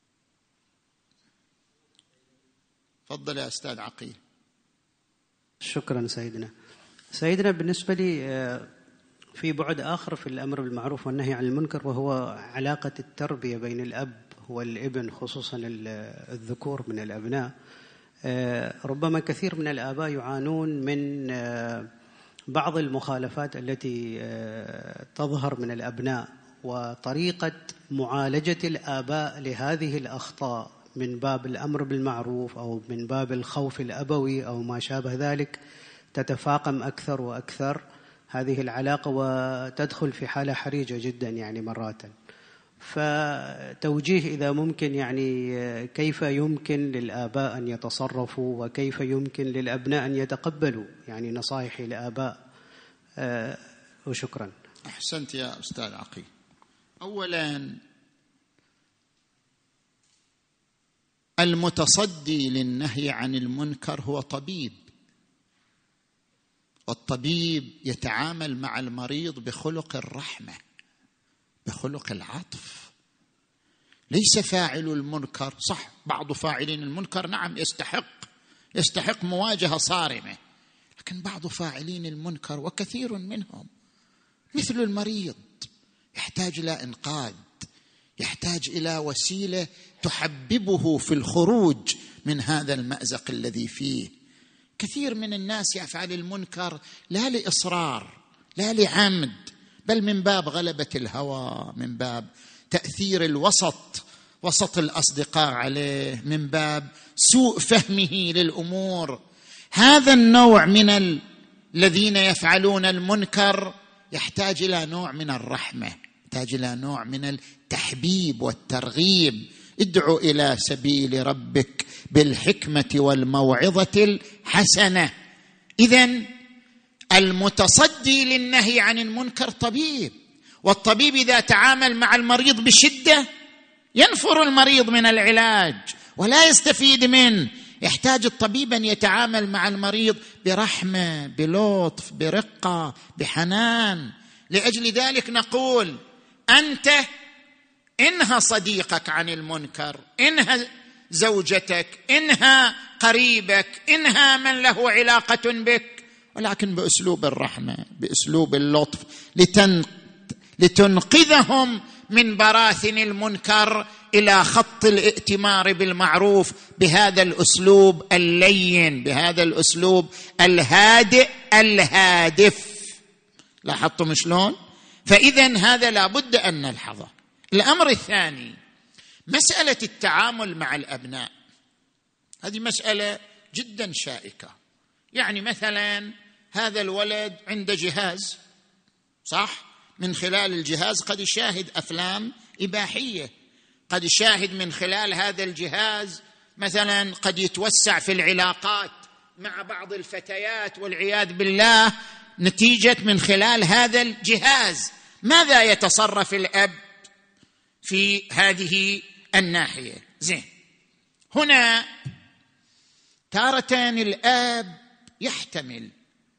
Speaker 1: تفضل يا أستاذ عقيل.
Speaker 6: شكرا سيدنا. سيدنا بالنسبة لي في بعد آخر في الأمر بالمعروف والنهي عن المنكر، وهو علاقة التربية بين الأب والابن، خصوصا الذكور من الأبناء. ربما كثير من الآباء يعانون من بعض المخالفات التي تظهر من الأبناء، وطريقة معالجة الآباء لهذه الأخطاء من باب الأمر بالمعروف أو من باب الخوف الأبوي أو ما شابه ذلك تتفاقم أكثر وأكثر هذه العلاقة، وتدخل في حالة حرجة جدا يعني مرات. فتوجيه إذا ممكن، يعني كيف يمكن للآباء أن يتصرفوا وكيف يمكن للأبناء أن يتقبلوا يعني نصائح الآباء. أه وشكرا.
Speaker 1: أحسنت يا أستاذ عقيل. أولا المتصدي للنهي عن المنكر هو طبيب، والطبيب يتعامل مع المريض بخلق الرحمة، بخلق العطف. ليس فاعل المنكر، صح بعض فاعلين المنكر نعم يستحق يستحق مواجهة صارمة، لكن بعض فاعلين المنكر وكثير منهم مثل المريض يحتاج إلى إنقاذ، يحتاج إلى وسيلة تحببه في الخروج من هذا المأزق الذي فيه. كثير من الناس يفعل المنكر لا لإصرار لا لعمد، بل من باب غلبة الهوى، من باب تأثير الوسط وسط الأصدقاء عليه، من باب سوء فهمه للأمور. هذا النوع من الذين يفعلون المنكر يحتاج إلى نوع من الرحمة، يحتاج إلى نوع من التحبيب والترغيب. ادعو إلى سبيل ربك بالحكمة والموعظة الحسنة. إذن المتصدي للنهي عن المنكر طبيب،
Speaker 2: والطبيب إذا تعامل مع المريض بشدة ينفر المريض من العلاج ولا يستفيد منه. يحتاج الطبيب أن يتعامل مع المريض برحمة، بلطف، برقة، بحنان. لأجل ذلك نقول أنت انهى صديقك عن المنكر، انهى زوجتك، انهى قريبك، انهى من له علاقة بك، ولكن بأسلوب الرحمة، بأسلوب اللطف، لتن... لتنقذهم من براثن المنكر إلى خط الائتمار بالمعروف بهذا الأسلوب اللين، بهذا الأسلوب الهادئ الهادف. لاحظتم شلون؟ فإذن هذا لابد أن نلحظه. الأمر الثاني مسألة التعامل مع الأبناء، هذه مسألة جدا شائكة. يعني مثلا هذا الولد عنده جهاز، صح؟ من خلال الجهاز قد يشاهد أفلام إباحية، قد يشاهد من خلال هذا الجهاز مثلا قد يتوسع في العلاقات مع بعض الفتيات والعياذ بالله نتيجة من خلال هذا الجهاز. ماذا يتصرف الأب في هذه الناحية؟ زين، هنا تارة الآب يحتمل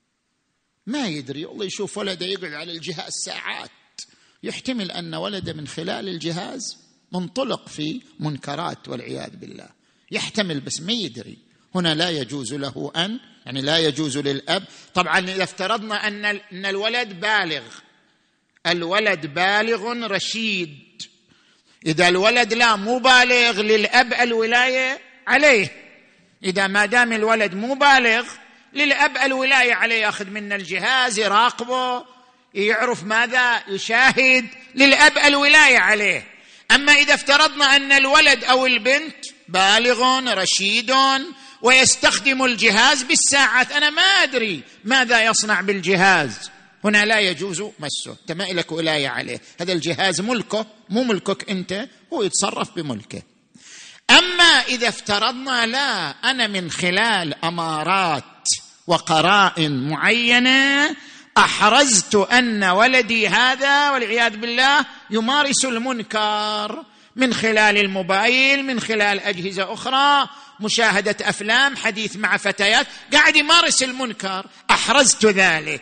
Speaker 2: ما يدري، والله يشوف ولده يقعد على الجهاز ساعات، يحتمل أن ولده من خلال الجهاز منطلق في منكرات والعياذ بالله، يحتمل بس ما يدري. هنا لا يجوز له أن يعني لا يجوز للأب. طبعا إذا افترضنا أن أن الولد بالغ، الولد بالغ رشيد، إذا الولد لا مو بالغ للأب الولاية عليه. إذا ما دام الولد مو بالغ للأب الولاية عليه، يأخذ من الجهاز، يراقبه، يعرف ماذا يشاهد، للأب الولاية عليه. أما إذا افترضنا أن الولد أو البنت بالغ رشيد ويستخدم الجهاز بالساعات، أنا ما أدري ماذا يصنع بالجهاز، هنا لا يجوز مسه، أنت ما لك ولاية عليه، هذا الجهاز ملكه مو ملكك أنت، هو يتصرف بملكه. أما إذا افترضنا لا، أنا من خلال أمارات وقرائن معينة أحرزت أن ولدي هذا والعياذ بالله يمارس المنكر من خلال الموبايل، من خلال أجهزة أخرى، مشاهدة أفلام، حديث مع فتيات، قاعد يمارس المنكر، أحرزت ذلك،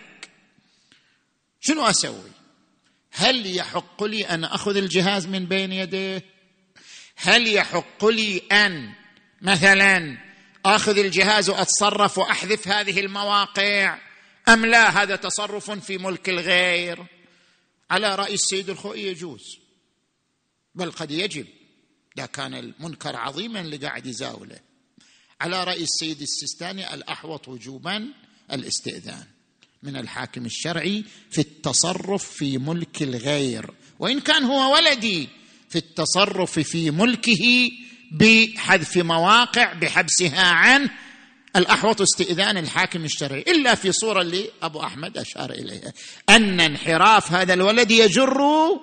Speaker 2: شنو أسوي؟ هل يحق لي أن أخذ الجهاز من بين يديه؟ هل يحق لي أن مثلا أخذ الجهاز وأتصرف وأحذف هذه المواقع أم لا؟ هذا تصرف في ملك الغير. على رأي السيد الخوئي يجوز، بل قد يجب إذا كان المنكر عظيما اللي قاعد يزاوله. على رأي السيد السيستاني الأحوط وجوبا الاستئذان من الحاكم الشرعي في التصرف في ملك الغير، وإن كان هو ولدي، في التصرف في ملكه بحذف مواقع، بحبسها عنه، الأحوط استئذان الحاكم الشرعي، إلا في صورة اللي أبو أحمد أشار إليها، أن انحراف هذا الولد يجر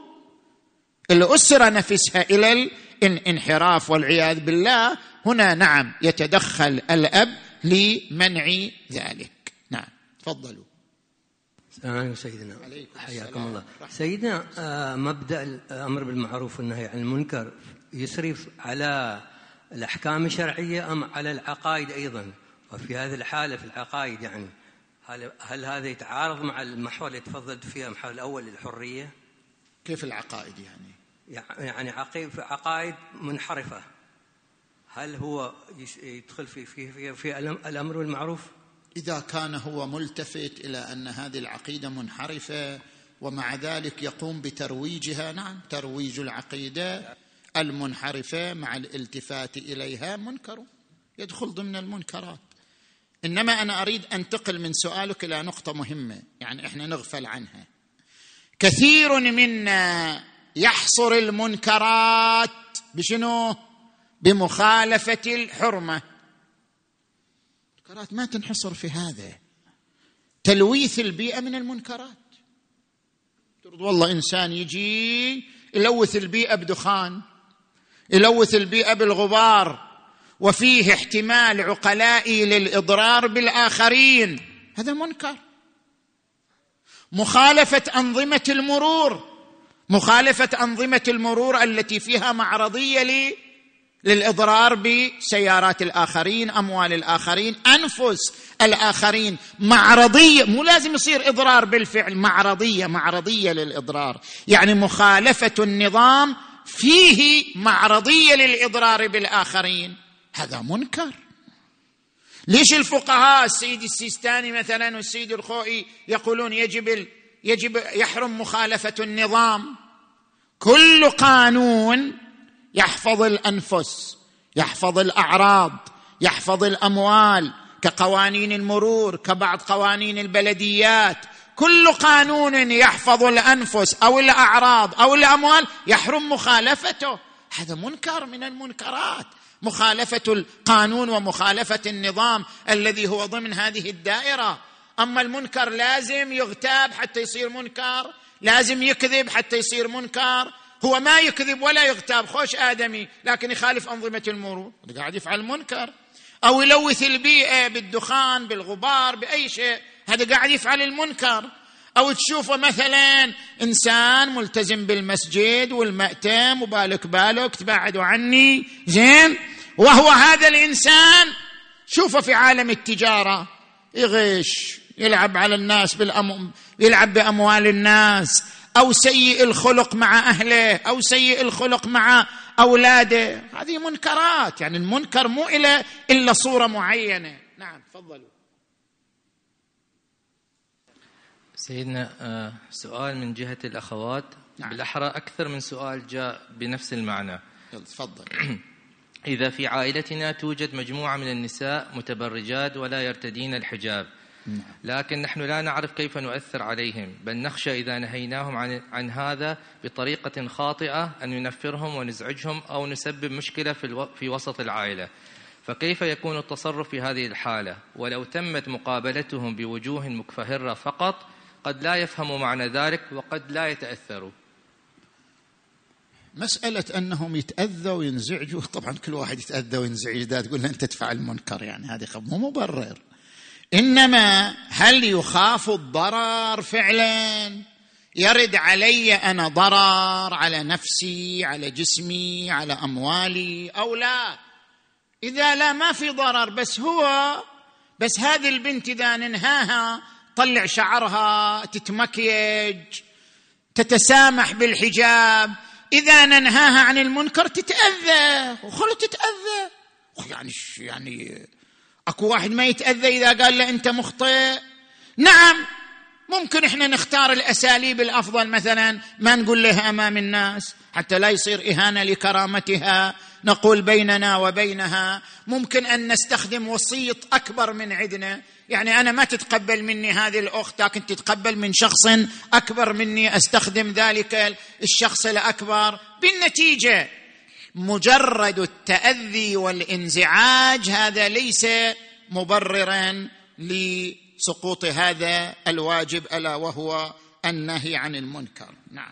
Speaker 2: الأسرة نفسها إلى الانحراف والعياذ بالله. هنا نعم يتدخل الأب لمنع ذلك. نعم تفضلوا.
Speaker 7: السلام عليكم سيدنا. حياكم الله. سيدنا، مبدأ الأمر بالمعروف والنهي عن المنكر يصرف على الأحكام الشرعية أم على العقائد أيضا؟ وفي هذه الحالة في العقائد يعني هل, هل هذا يتعارض مع المحور اللي تفضلت فيه المحور الأول للحرية؟
Speaker 2: كيف العقائد يعني؟
Speaker 7: يعني عقائد منحرفة، هل هو يدخل في في في, في الأمر بالمعروف؟
Speaker 2: إذا كان هو ملتفت إلى أن هذه العقيدة منحرفة ومع ذلك يقوم بترويجها، نعم، ترويج العقيدة المنحرفة مع الالتفات إليها منكر، يدخل ضمن المنكرات. إنما أنا أريد أنتقل من سؤالك إلى نقطة مهمة، يعني إحنا نغفل عنها. كثير منا يحصر المنكرات بشنو؟ بمخالفة الحرمة. المنكرات ما تنحصر في هذا، تلويث البيئة من المنكرات. ترد والله إنسان يجي يلوث البيئة بدخان، يلوث البيئة بالغبار، وفيه احتمال عقلائي للإضرار بالآخرين، هذا منكر. مخالفة أنظمة المرور، مخالفة أنظمة المرور التي فيها معرضية لي للإضرار بسيارات الآخرين، أموال الآخرين، أنفس الآخرين، معرضية، مو لازم يصير إضرار بالفعل، معرضية معرضية للإضرار، يعني مخالفة النظام فيه معرضية للإضرار بالآخرين، هذا منكر. ليش الفقهاء السيد السيستاني مثلا والسيد الخوئي يقولون يجب يجب يحرم مخالفة النظام؟ كل قانون يحفظ الأنفس، يحفظ الأعراض، يحفظ الأموال، كقوانين المرور، كبعض قوانين البلديات، كل قانون يحفظ الأنفس أو الأعراض أو الأموال يحرم مخالفته، هذا منكر من المنكرات، مخالفة القانون ومخالفة النظام الذي هو ضمن هذه الدائرة. أما المنكر لازم يغتاب حتى يصير منكر، لازم يكذب حتى يصير منكر، هو ما يكذب ولا يغتاب، خوش آدمي، لكن يخالف أنظمة المرور، قاعد يفعل منكر. أو يلوث البيئة بالدخان، بالغبار، بأي شيء، هذا قاعد يفعل المنكر. أو تشوفه مثلا إنسان ملتزم بالمسجد والمأتم وبالك بالك تبعدوا عني، زين، وهو هذا الإنسان شوفه في عالم التجارة يغش، يلعب على الناس بالأم... يلعب بأموال الناس، أو سيء الخلق مع أهله، أو سيء الخلق مع أولاده، هذه منكرات. يعني المنكر مو إلى إلا صورة معينة. نعم تفضلوا.
Speaker 8: سيدنا سؤال من جهة الأخوات. نعم. بالأحرى أكثر من سؤال جاء بنفس المعنى.
Speaker 2: تفضل.
Speaker 8: إذا في عائلتنا توجد مجموعة من النساء متبرجات ولا يرتدين الحجاب، لكن نحن لا نعرف كيف نؤثر عليهم، بل نخشى إذا نهيناهم عن, عن هذا بطريقة خاطئة أن ننفرهم ونزعجهم أو نسبب مشكلة في, الو... في وسط العائلة، فكيف يكون التصرف في هذه الحالة؟ ولو تمت مقابلتهم بوجوه مكفهرة فقط قد لا يفهموا معنى ذلك وقد لا يتأثروا.
Speaker 2: مسألة أنهم يتأذوا وينزعجوا، طبعا كل واحد يتأذى وينزعج ده تقول له أنت تفعل المنكر، يعني هذه مو مبرر. إنما هل يخاف الضرر فعلا؟ يرد علي أنا ضرر على نفسي، على جسمي، على أموالي أو لا؟ إذا لا ما في ضرر، بس هو بس هذه البنت إذا ننهاها طلع شعرها، تتمكيج، تتسامح بالحجاب، إذا ننهاها عن المنكر تتأذى، وخلو تتأذى. يعني يعني أكو واحد ما يتأذى إذا قال له أنت مخطئ؟ نعم، ممكن إحنا نختار الأساليب الأفضل، مثلا ما نقول لها أمام الناس حتى لا يصير إهانة لكرامتها، نقول بيننا وبينها. ممكن أن نستخدم وسيط أكبر من عندنا، يعني أنا ما تتقبل مني هذه الأخت لكن تتقبل من شخص أكبر مني، أستخدم ذلك الشخص الأكبر. بالنتيجة مجرد التأذي والانزعاج هذا ليس مبرراً لسقوط هذا الواجب ألا وهو النهي عن المنكر. نعم.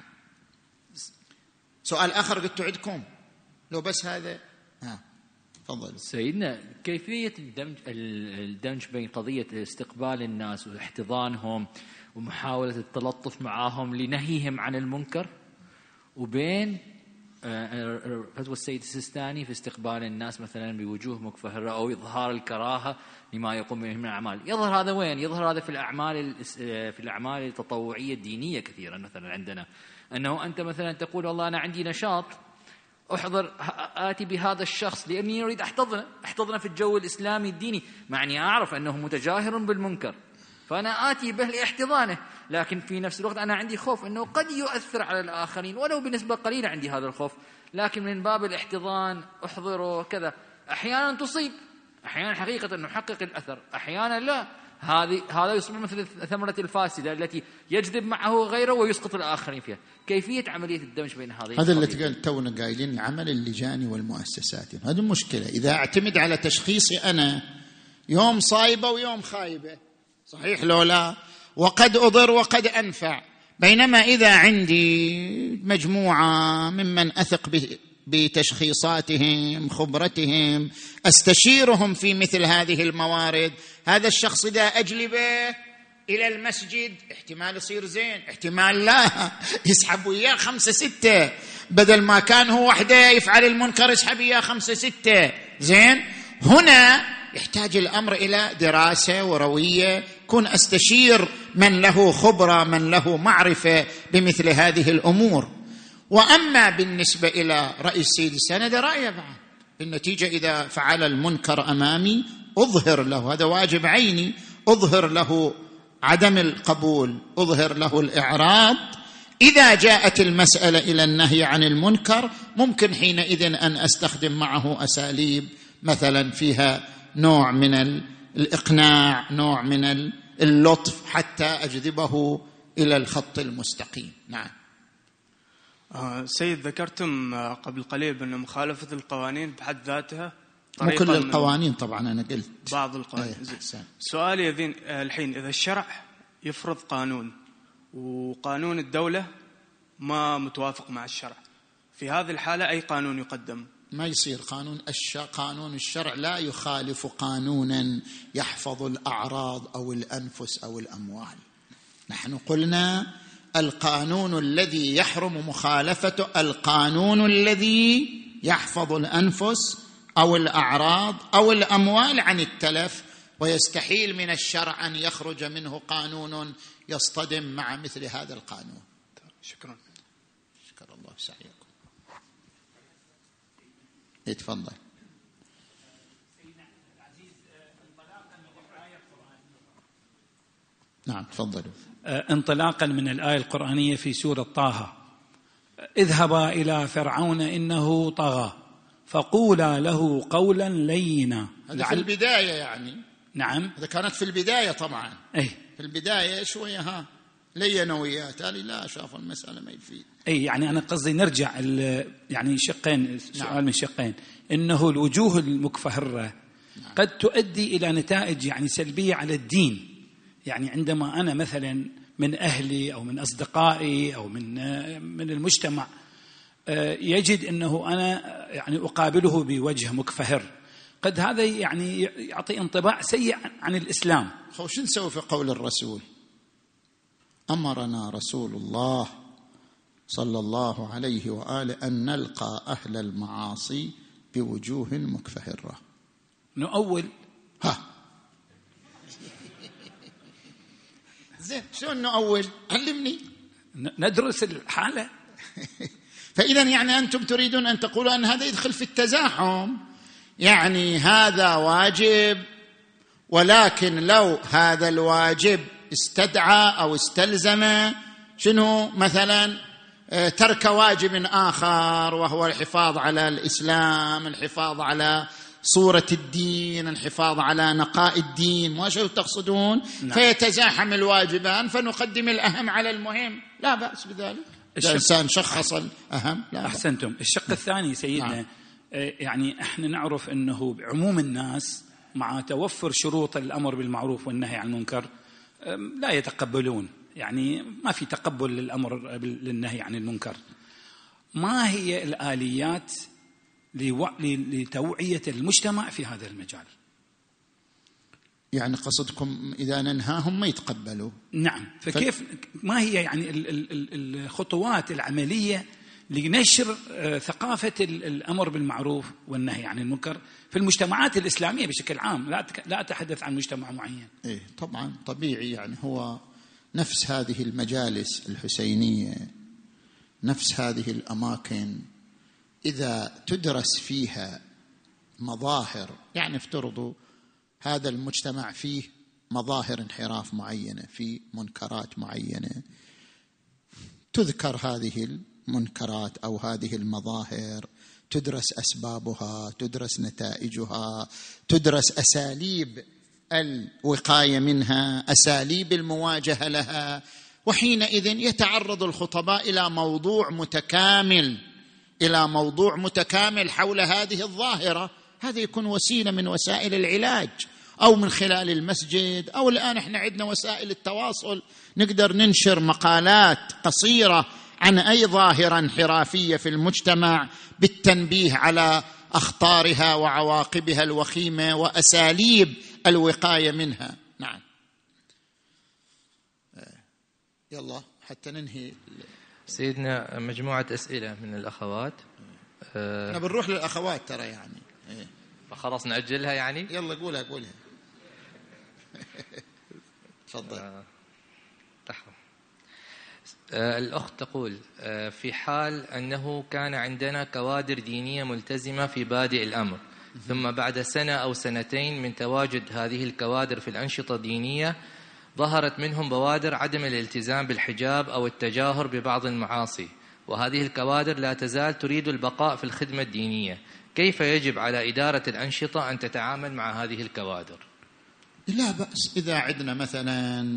Speaker 2: سؤال آخر قلت عندكم لو بس هذا. ها تفضل
Speaker 3: سيدنا. كيفية الدمج الدمج بين قضية استقبال الناس واحتضانهم ومحاولة التلطف معهم لنهيهم عن المنكر، وبين فتوى السيد السيستاني في استقبال الناس مثلا بوجوه مكفهرة أو إظهار الكراهة لما يقوم به من الأعمال؟ يظهر هذا وين؟ يظهر هذا في الأعمال في الأعمال التطوعية الدينية كثيرا. مثلا عندنا أنه أنت مثلا تقول والله أنا عندي نشاط، أحضر آتي بهذا الشخص لأني أريد أحتضنه أحتضنه في الجو الإسلامي الديني، مع أني أعرف أنه متجاهر بالمنكر، فأنا آتي به لاحتضانه، لكن في نفس الوقت أنا عندي خوف أنه قد يؤثر على الآخرين ولو بنسبة قليلة، عندي هذا الخوف، لكن من باب الاحتضان أحضره كذا. أحيانا تصيب، أحيانا حقيقة نحقق الأثر، أحيانا لا. هذه هذا يصبح مثل الثمرة الفاسدة التي يجذب معه غيره ويسقط الآخرين فيها. كيفية عملية الدمج بين هذه
Speaker 2: هذا اللي تقال تونا قايلين عمل اللجان والمؤسسات، هذه المشكلة. إذا أعتمد على تشخيصي أنا يوم صايبة ويوم خايبة، صحيح لو لا، وقد أضر وقد أنفع. بينما إذا عندي مجموعة ممن أثق بتشخيصاتهم، خبرتهم، أستشيرهم في مثل هذه الموارد، هذا الشخص إذا أجلبه إلى المسجد احتمال يصير زين، احتمال لا، يسحب وياه خمسة ستة، بدل ما كان هو وحده يفعل المنكر يسحب وياه خمسة ستة. زين، هنا يحتاج الأمر إلى دراسة وروية، كن أستشير من له خبرة، من له معرفة بمثل هذه الأمور. وأما بالنسبة إلى رأي السيد السند رأيه بعد بالنتيجة، إذا فعل المنكر أمامي أظهر له، هذا واجب عيني، أظهر له عدم القبول، أظهر له الإعراض. إذا جاءت المسألة إلى النهي عن المنكر ممكن حينئذ أن أستخدم معه أساليب مثلا فيها نوع من الإقناع، نوع من اللطف، حتى أجذبه إلى الخط المستقيم. نعم.
Speaker 9: آه سيد، ذكرتم قبل قليل بأن مخالفة القوانين بحد ذاتها
Speaker 1: مو كل القوانين طبعا، أنا قلت
Speaker 9: بعض القوانين. سؤالي يذين الحين، إذا الشرع يفرض قانون وقانون الدولة ما متوافق مع الشرع، في هذه الحالة أي قانون يقدم؟
Speaker 1: ما يصير قانون الش... قانون الشرع لا يخالف قانونا يحفظ الأعراض أو الأنفس أو الأموال. نحن قلنا القانون الذي يحرم مخالفته القانون الذي يحفظ الأنفس أو الأعراض أو الأموال عن التلف، ويستحيل من الشرع أن يخرج منه قانون يصطدم مع مثل هذا القانون.
Speaker 9: شكرا.
Speaker 1: شكرا الله سعيكم. يتفضل. نعم تفضلوا.
Speaker 4: انطلاقا من الآية القرآنية في سورة طه: اذهبا إلى فرعون إنه طغى فقولا له قولا لينا.
Speaker 1: هذا في البداية يعني.
Speaker 4: نعم،
Speaker 1: هذا كانت في البداية طبعا.
Speaker 4: أي
Speaker 1: في البداية شوية ها لينا وياه، تالي لا شافوا المسألة ما يفيد.
Speaker 4: أي يعني أنا قصدي نرجع يعني شقين، سؤال نعم. من شقين، إنه الوجوه المكفهرة نعم. قد تؤدي إلى نتائج يعني سلبية على الدين. يعني عندما أنا مثلا من أهلي أو من أصدقائي أو من من المجتمع يجد أنه أنا يعني أقابله بوجه مكفهر، قد هذا يعني يعطي انطباع سيء عن الإسلام.
Speaker 1: خوش نسوي في قول الرسول؟ أمرنا رسول الله صلى الله عليه وآله أن نلقى أهل المعاصي بوجوه مكفهرة.
Speaker 4: نؤول
Speaker 1: ها زين، شلون نؤول؟ علمني.
Speaker 4: ندرس الحالة.
Speaker 1: فإذا يعني أنتم تريدون أن تقولوا أن هذا يدخل في التزاحم، يعني هذا واجب، ولكن لو هذا الواجب استدعى أو استلزم شنو مثلا ترك واجب آخر، وهو الحفاظ على الإسلام، الحفاظ على صورة الدين، الحفاظ على نقاء الدين، ما شو تقصدون؟ نعم. فيتزاحم الواجبان فنقدم الأهم على المهم، لا بأس بذلك. الإنسان شخص الأهم. لا
Speaker 4: أحسنتم.
Speaker 1: بأس.
Speaker 4: الشق الثاني سيدنا نعم. يعني احنا نعرف أنه عموم الناس مع توفر شروط الأمر بالمعروف والنهي عن المنكر لا يتقبلون، يعني ما في تقبل للأمر للنهي عن المنكر. ما هي الآليات لتوعية المجتمع في هذا المجال؟
Speaker 1: يعني قصدكم إذا ننهاهم ما يتقبلوا؟
Speaker 4: نعم. فكيف ف... ما هي يعني الخطوات العملية لنشر ثقافة الأمر بالمعروف والنهي عن المنكر في المجتمعات الإسلامية بشكل عام؟ لا لا أتحدث عن مجتمع معين.
Speaker 1: إيه طبعا طبيعي، يعني هو نفس هذه المجالس الحسينية، نفس هذه الأماكن، إذا تدرس فيها مظاهر، يعني افترضوا هذا المجتمع فيه مظاهر انحراف معينة، في منكرات معينة، تذكر هذه المنكرات أو هذه المظاهر، تدرس أسبابها، تدرس نتائجها، تدرس أساليب الوقاية منها، أساليب المواجهة لها، وحينئذ يتعرض الخطباء إلى موضوع متكامل إلى موضوع متكامل حول هذه الظاهرة. هذا يكون وسيلة من وسائل العلاج، أو من خلال المسجد، أو الآن إحنا عندنا وسائل التواصل نقدر ننشر مقالات قصيرة عن أي ظاهرة انحرافية في المجتمع بالتنبيه على أخطارها وعواقبها الوخيمة وأساليب الوقاية منها. نعم. يلا حتى ننهي.
Speaker 8: سيدنا مجموعة أسئلة من الأخوات.
Speaker 1: أه بنروح للأخوات ترى يعني إيه.
Speaker 8: فخلاص نأجلها يعني.
Speaker 1: يلا قولها قولها. تفضل.
Speaker 8: آه. آه الأخت تقول آه في حال أنه كان عندنا كوادر دينية ملتزمة في بادئ الأمر، ثم بعد سنة أو سنتين من تواجد هذه الكوادر في الأنشطة الدينية ظهرت منهم بوادر عدم الالتزام بالحجاب أو التجاهر ببعض المعاصي، وهذه الكوادر لا تزال تريد البقاء في الخدمة الدينية، كيف يجب على إدارة الأنشطة أن تتعامل مع هذه الكوادر؟
Speaker 1: لا بأس. إذا عندنا مثلا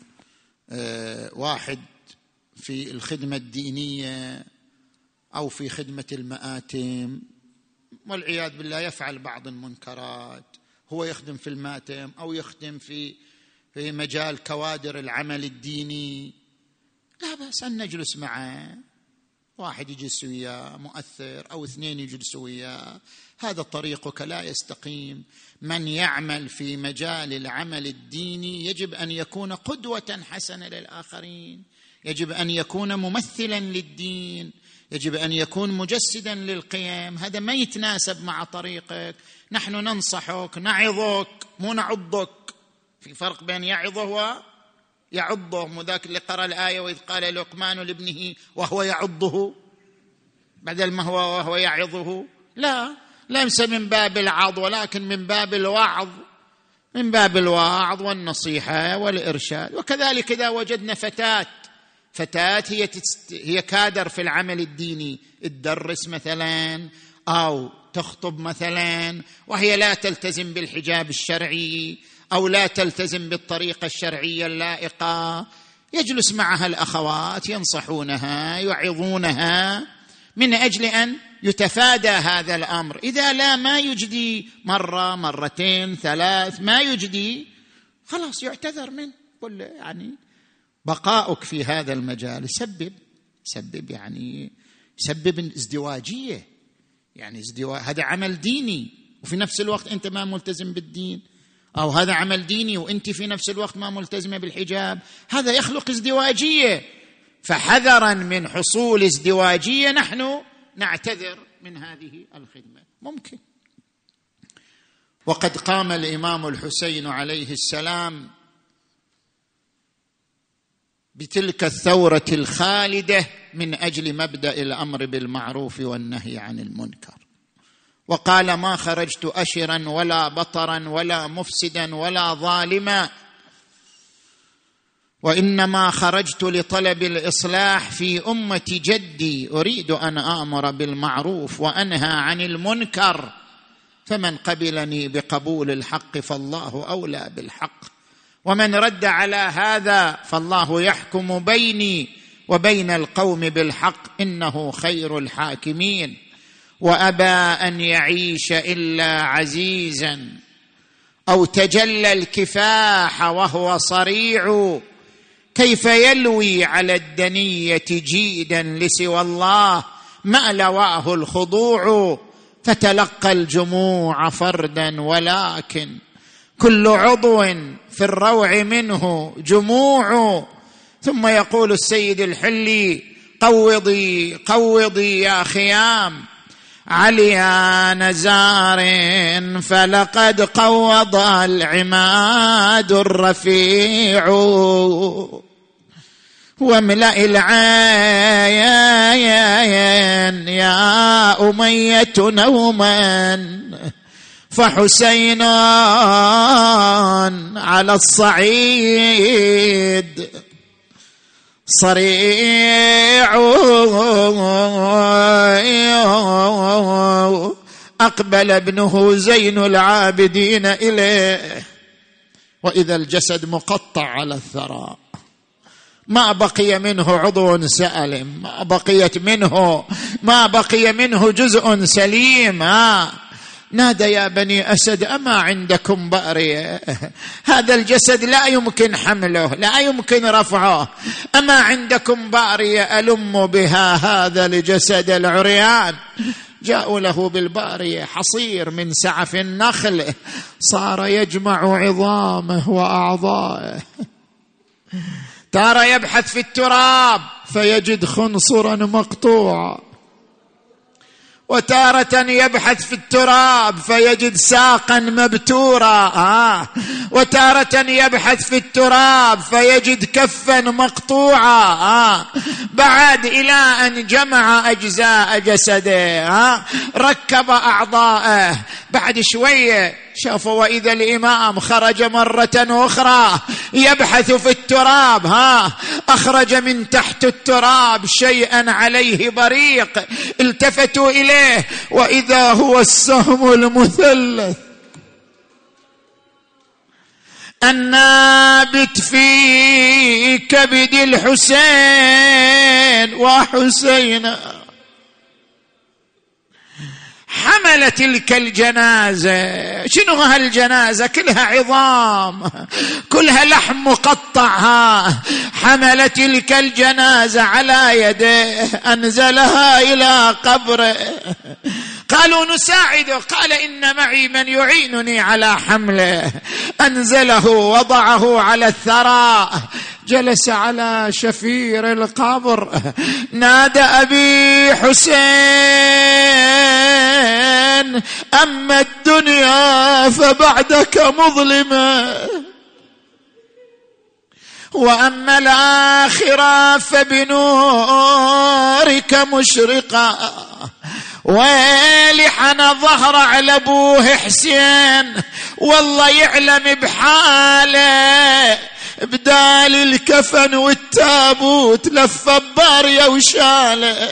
Speaker 1: آه واحد في الخدمة الدينية أو في خدمة المآتم والعياذ بالله يفعل بعض المنكرات، هو يخدم في المآتم أو يخدم في في مجال كوادر العمل الديني، لا بأس أن نجلس معه، واحد يجلس وياه مؤثر أو اثنين يجلسوا وياه، هذا طريقك لا يستقيم. من يعمل في مجال العمل الديني يجب أن يكون قدوة حسنة للآخرين، يجب أن يكون ممثلا للدين، يجب أن يكون مجسدا للقيم. هذا ما يتناسب مع طريقك. نحن ننصحك نعظك مو نعضك، في فرق بين يعظه ويعضه. مذاك اللي قرأ الآية وإذ قال لقمان لابنه وهو يعضه بدل ما هو وهو يعظه، لا ليس من باب العظ ولكن من باب الوعظ، من باب الوعظ والنصيحة والإرشاد. وكذلك إذا وجدنا فتاة فتاة هي تست... هي كادر في العمل الديني، تدرس مثلا أو تخطب مثلا وهي لا تلتزم بالحجاب الشرعي أو لا تلتزم بالطريقة الشرعية اللائقة، يجلس معها الأخوات ينصحونها يعظونها من أجل أن يتفادى هذا الأمر. إذا لا ما يجدي مرة مرتين ثلاث ما يجدي خلاص يعتذر منه. قل يعني بقاؤك في هذا المجال يسبب يسبب يعني يسبب ازدواجية، يعني ازدواج. هذا عمل ديني وفي نفس الوقت أنت ما ملتزم بالدين، أو هذا عمل ديني وأنت في نفس الوقت ما ملتزمة بالحجاب، هذا يخلق ازدواجية. فحذرا من حصول ازدواجية نحن نعتذر من هذه الخدمة ممكن. وقد قام الإمام الحسين عليه السلام بتلك الثورة الخالدة من أجل مبدأ الأمر بالمعروف والنهي عن المنكر، وقال ما خرجت أشرا ولا بطرا ولا مفسدا ولا ظالما، وإنما خرجت لطلب الإصلاح في أمة جدي، أريد أن آمر بالمعروف وأنهى عن المنكر، فمن قبلني بقبول الحق فالله أولى بالحق، ومن رد على هذا فالله يحكم بيني وبين القوم بالحق إنه خير الحاكمين. وأبى أن يعيش إلا عزيزا أو تجلى الكفاح وهو صريع، كيف يلوي على الدنية جيدا لسوى الله ما لواه الخضوع، فتلقى الجموع فردا ولكن كل عضو في الروع منه جموع. ثم يقول السيد الحلي قوضي قوضي يا خيام عليا نزار، فلقد قوض العماد الرفيع، واملأ العين يا أمية نوما، فحسين على الصعيد صريع، أقبل ابنه زين العابدين إليه وإذا الجسد مقطع على الثرى، ما بقي منه عضو سالم، ما بقيت منه ما بقي منه جزء سليم. ها نادى يا بني أسد أما عندكم بأرية، هذا الجسد لا يمكن حمله لا يمكن رفعه، أما عندكم بأرية ألم بها هذا لجسد العريان. جاءوا له بالبارية حصير من سعف النخل صار يجمع عظامه وأعضائه،
Speaker 2: تارة يبحث في التراب فيجد خنصرا مقطوعا، وتارة يبحث في التراب فيجد ساقا مبتورا، آه. وتارة يبحث في التراب فيجد كفا مقطوعا، آه. بعد إلى أن جمع أجزاء جسده، آه. ركب أعضاءه، بعد شوية شافوا وإذا الإمام خرج مرة أخرى يبحث في التراب، ها أخرج من تحت التراب شيئا عليه بريق، التفتوا إليه وإذا هو السهم المثلث النابت في كبد الحسين وحسين. حمل تلك الجنازة، شنو هالجنازة؟ كلها عظام، كلها لحم مقطع، حمل تلك الجنازة على يده أنزلها إلى قبره. قالوا نساعده، قال إن معي من يعينني على حمله. أنزله وضعه على الثرى، جلس على شفير القبر، نادى أبي حسين أما الدنيا فبعدك مظلمة وأما الآخرة فبنورك مشرقة. ويلي حنا ظهر على أبوه حسين، والله يعلم بحاله، بدال الكفن والتابوت لف بارية وشاله،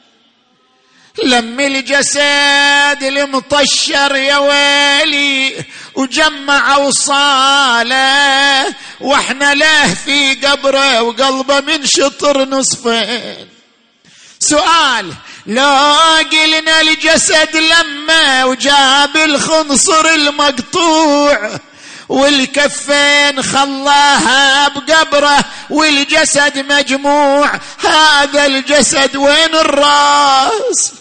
Speaker 2: لم الجسد المطشر يا ويلي وجمع وصاله، واحنا له في قبره وقلبه من شطر نصفين. سؤال، لو قلنا الجسد لما وجاب الخنصر المقطوع والكفين خلاها بقبره والجسد مجموع، هذا الجسد وين الراس؟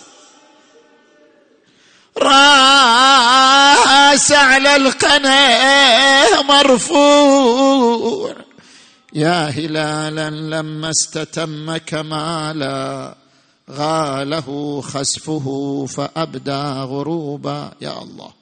Speaker 2: راس على القنا مرفوع. يا هلالا لما استتم كمالا غاله خسفه فأبدى غروبا. يا الله،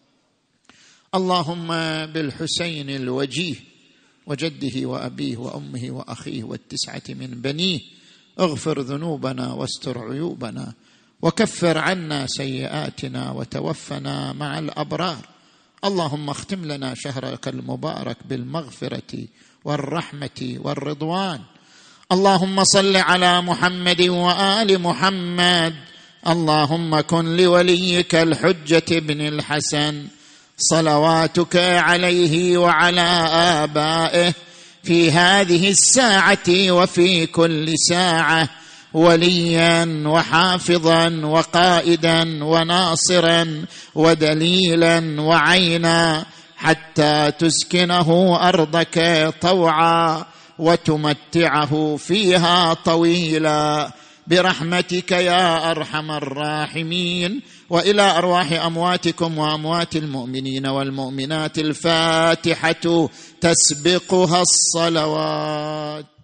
Speaker 2: اللهم بالحسين الوجيه وجده وأبيه وأمه وأخيه والتسعة من بنيه اغفر ذنوبنا واستر عيوبنا وكفر عنا سيئاتنا وتوفنا مع الأبرار. اللهم اختم لنا شهرك المبارك بالمغفرة والرحمة والرضوان. اللهم صل على محمد وآل محمد. اللهم كن لوليك الحجة بن الحسن صلواتك عليه وعلى آبائه في هذه الساعة وفي كل ساعة وليا وحافظا وقائدا وناصرا ودليلا وعينا، حتى تسكنه أرضك طوعا وتمتعه فيها طويلا برحمتك يا أرحم الراحمين. وإلى أرواح أمواتكم وأموات المؤمنين والمؤمنات الفاتحة تسبقها الصلوات.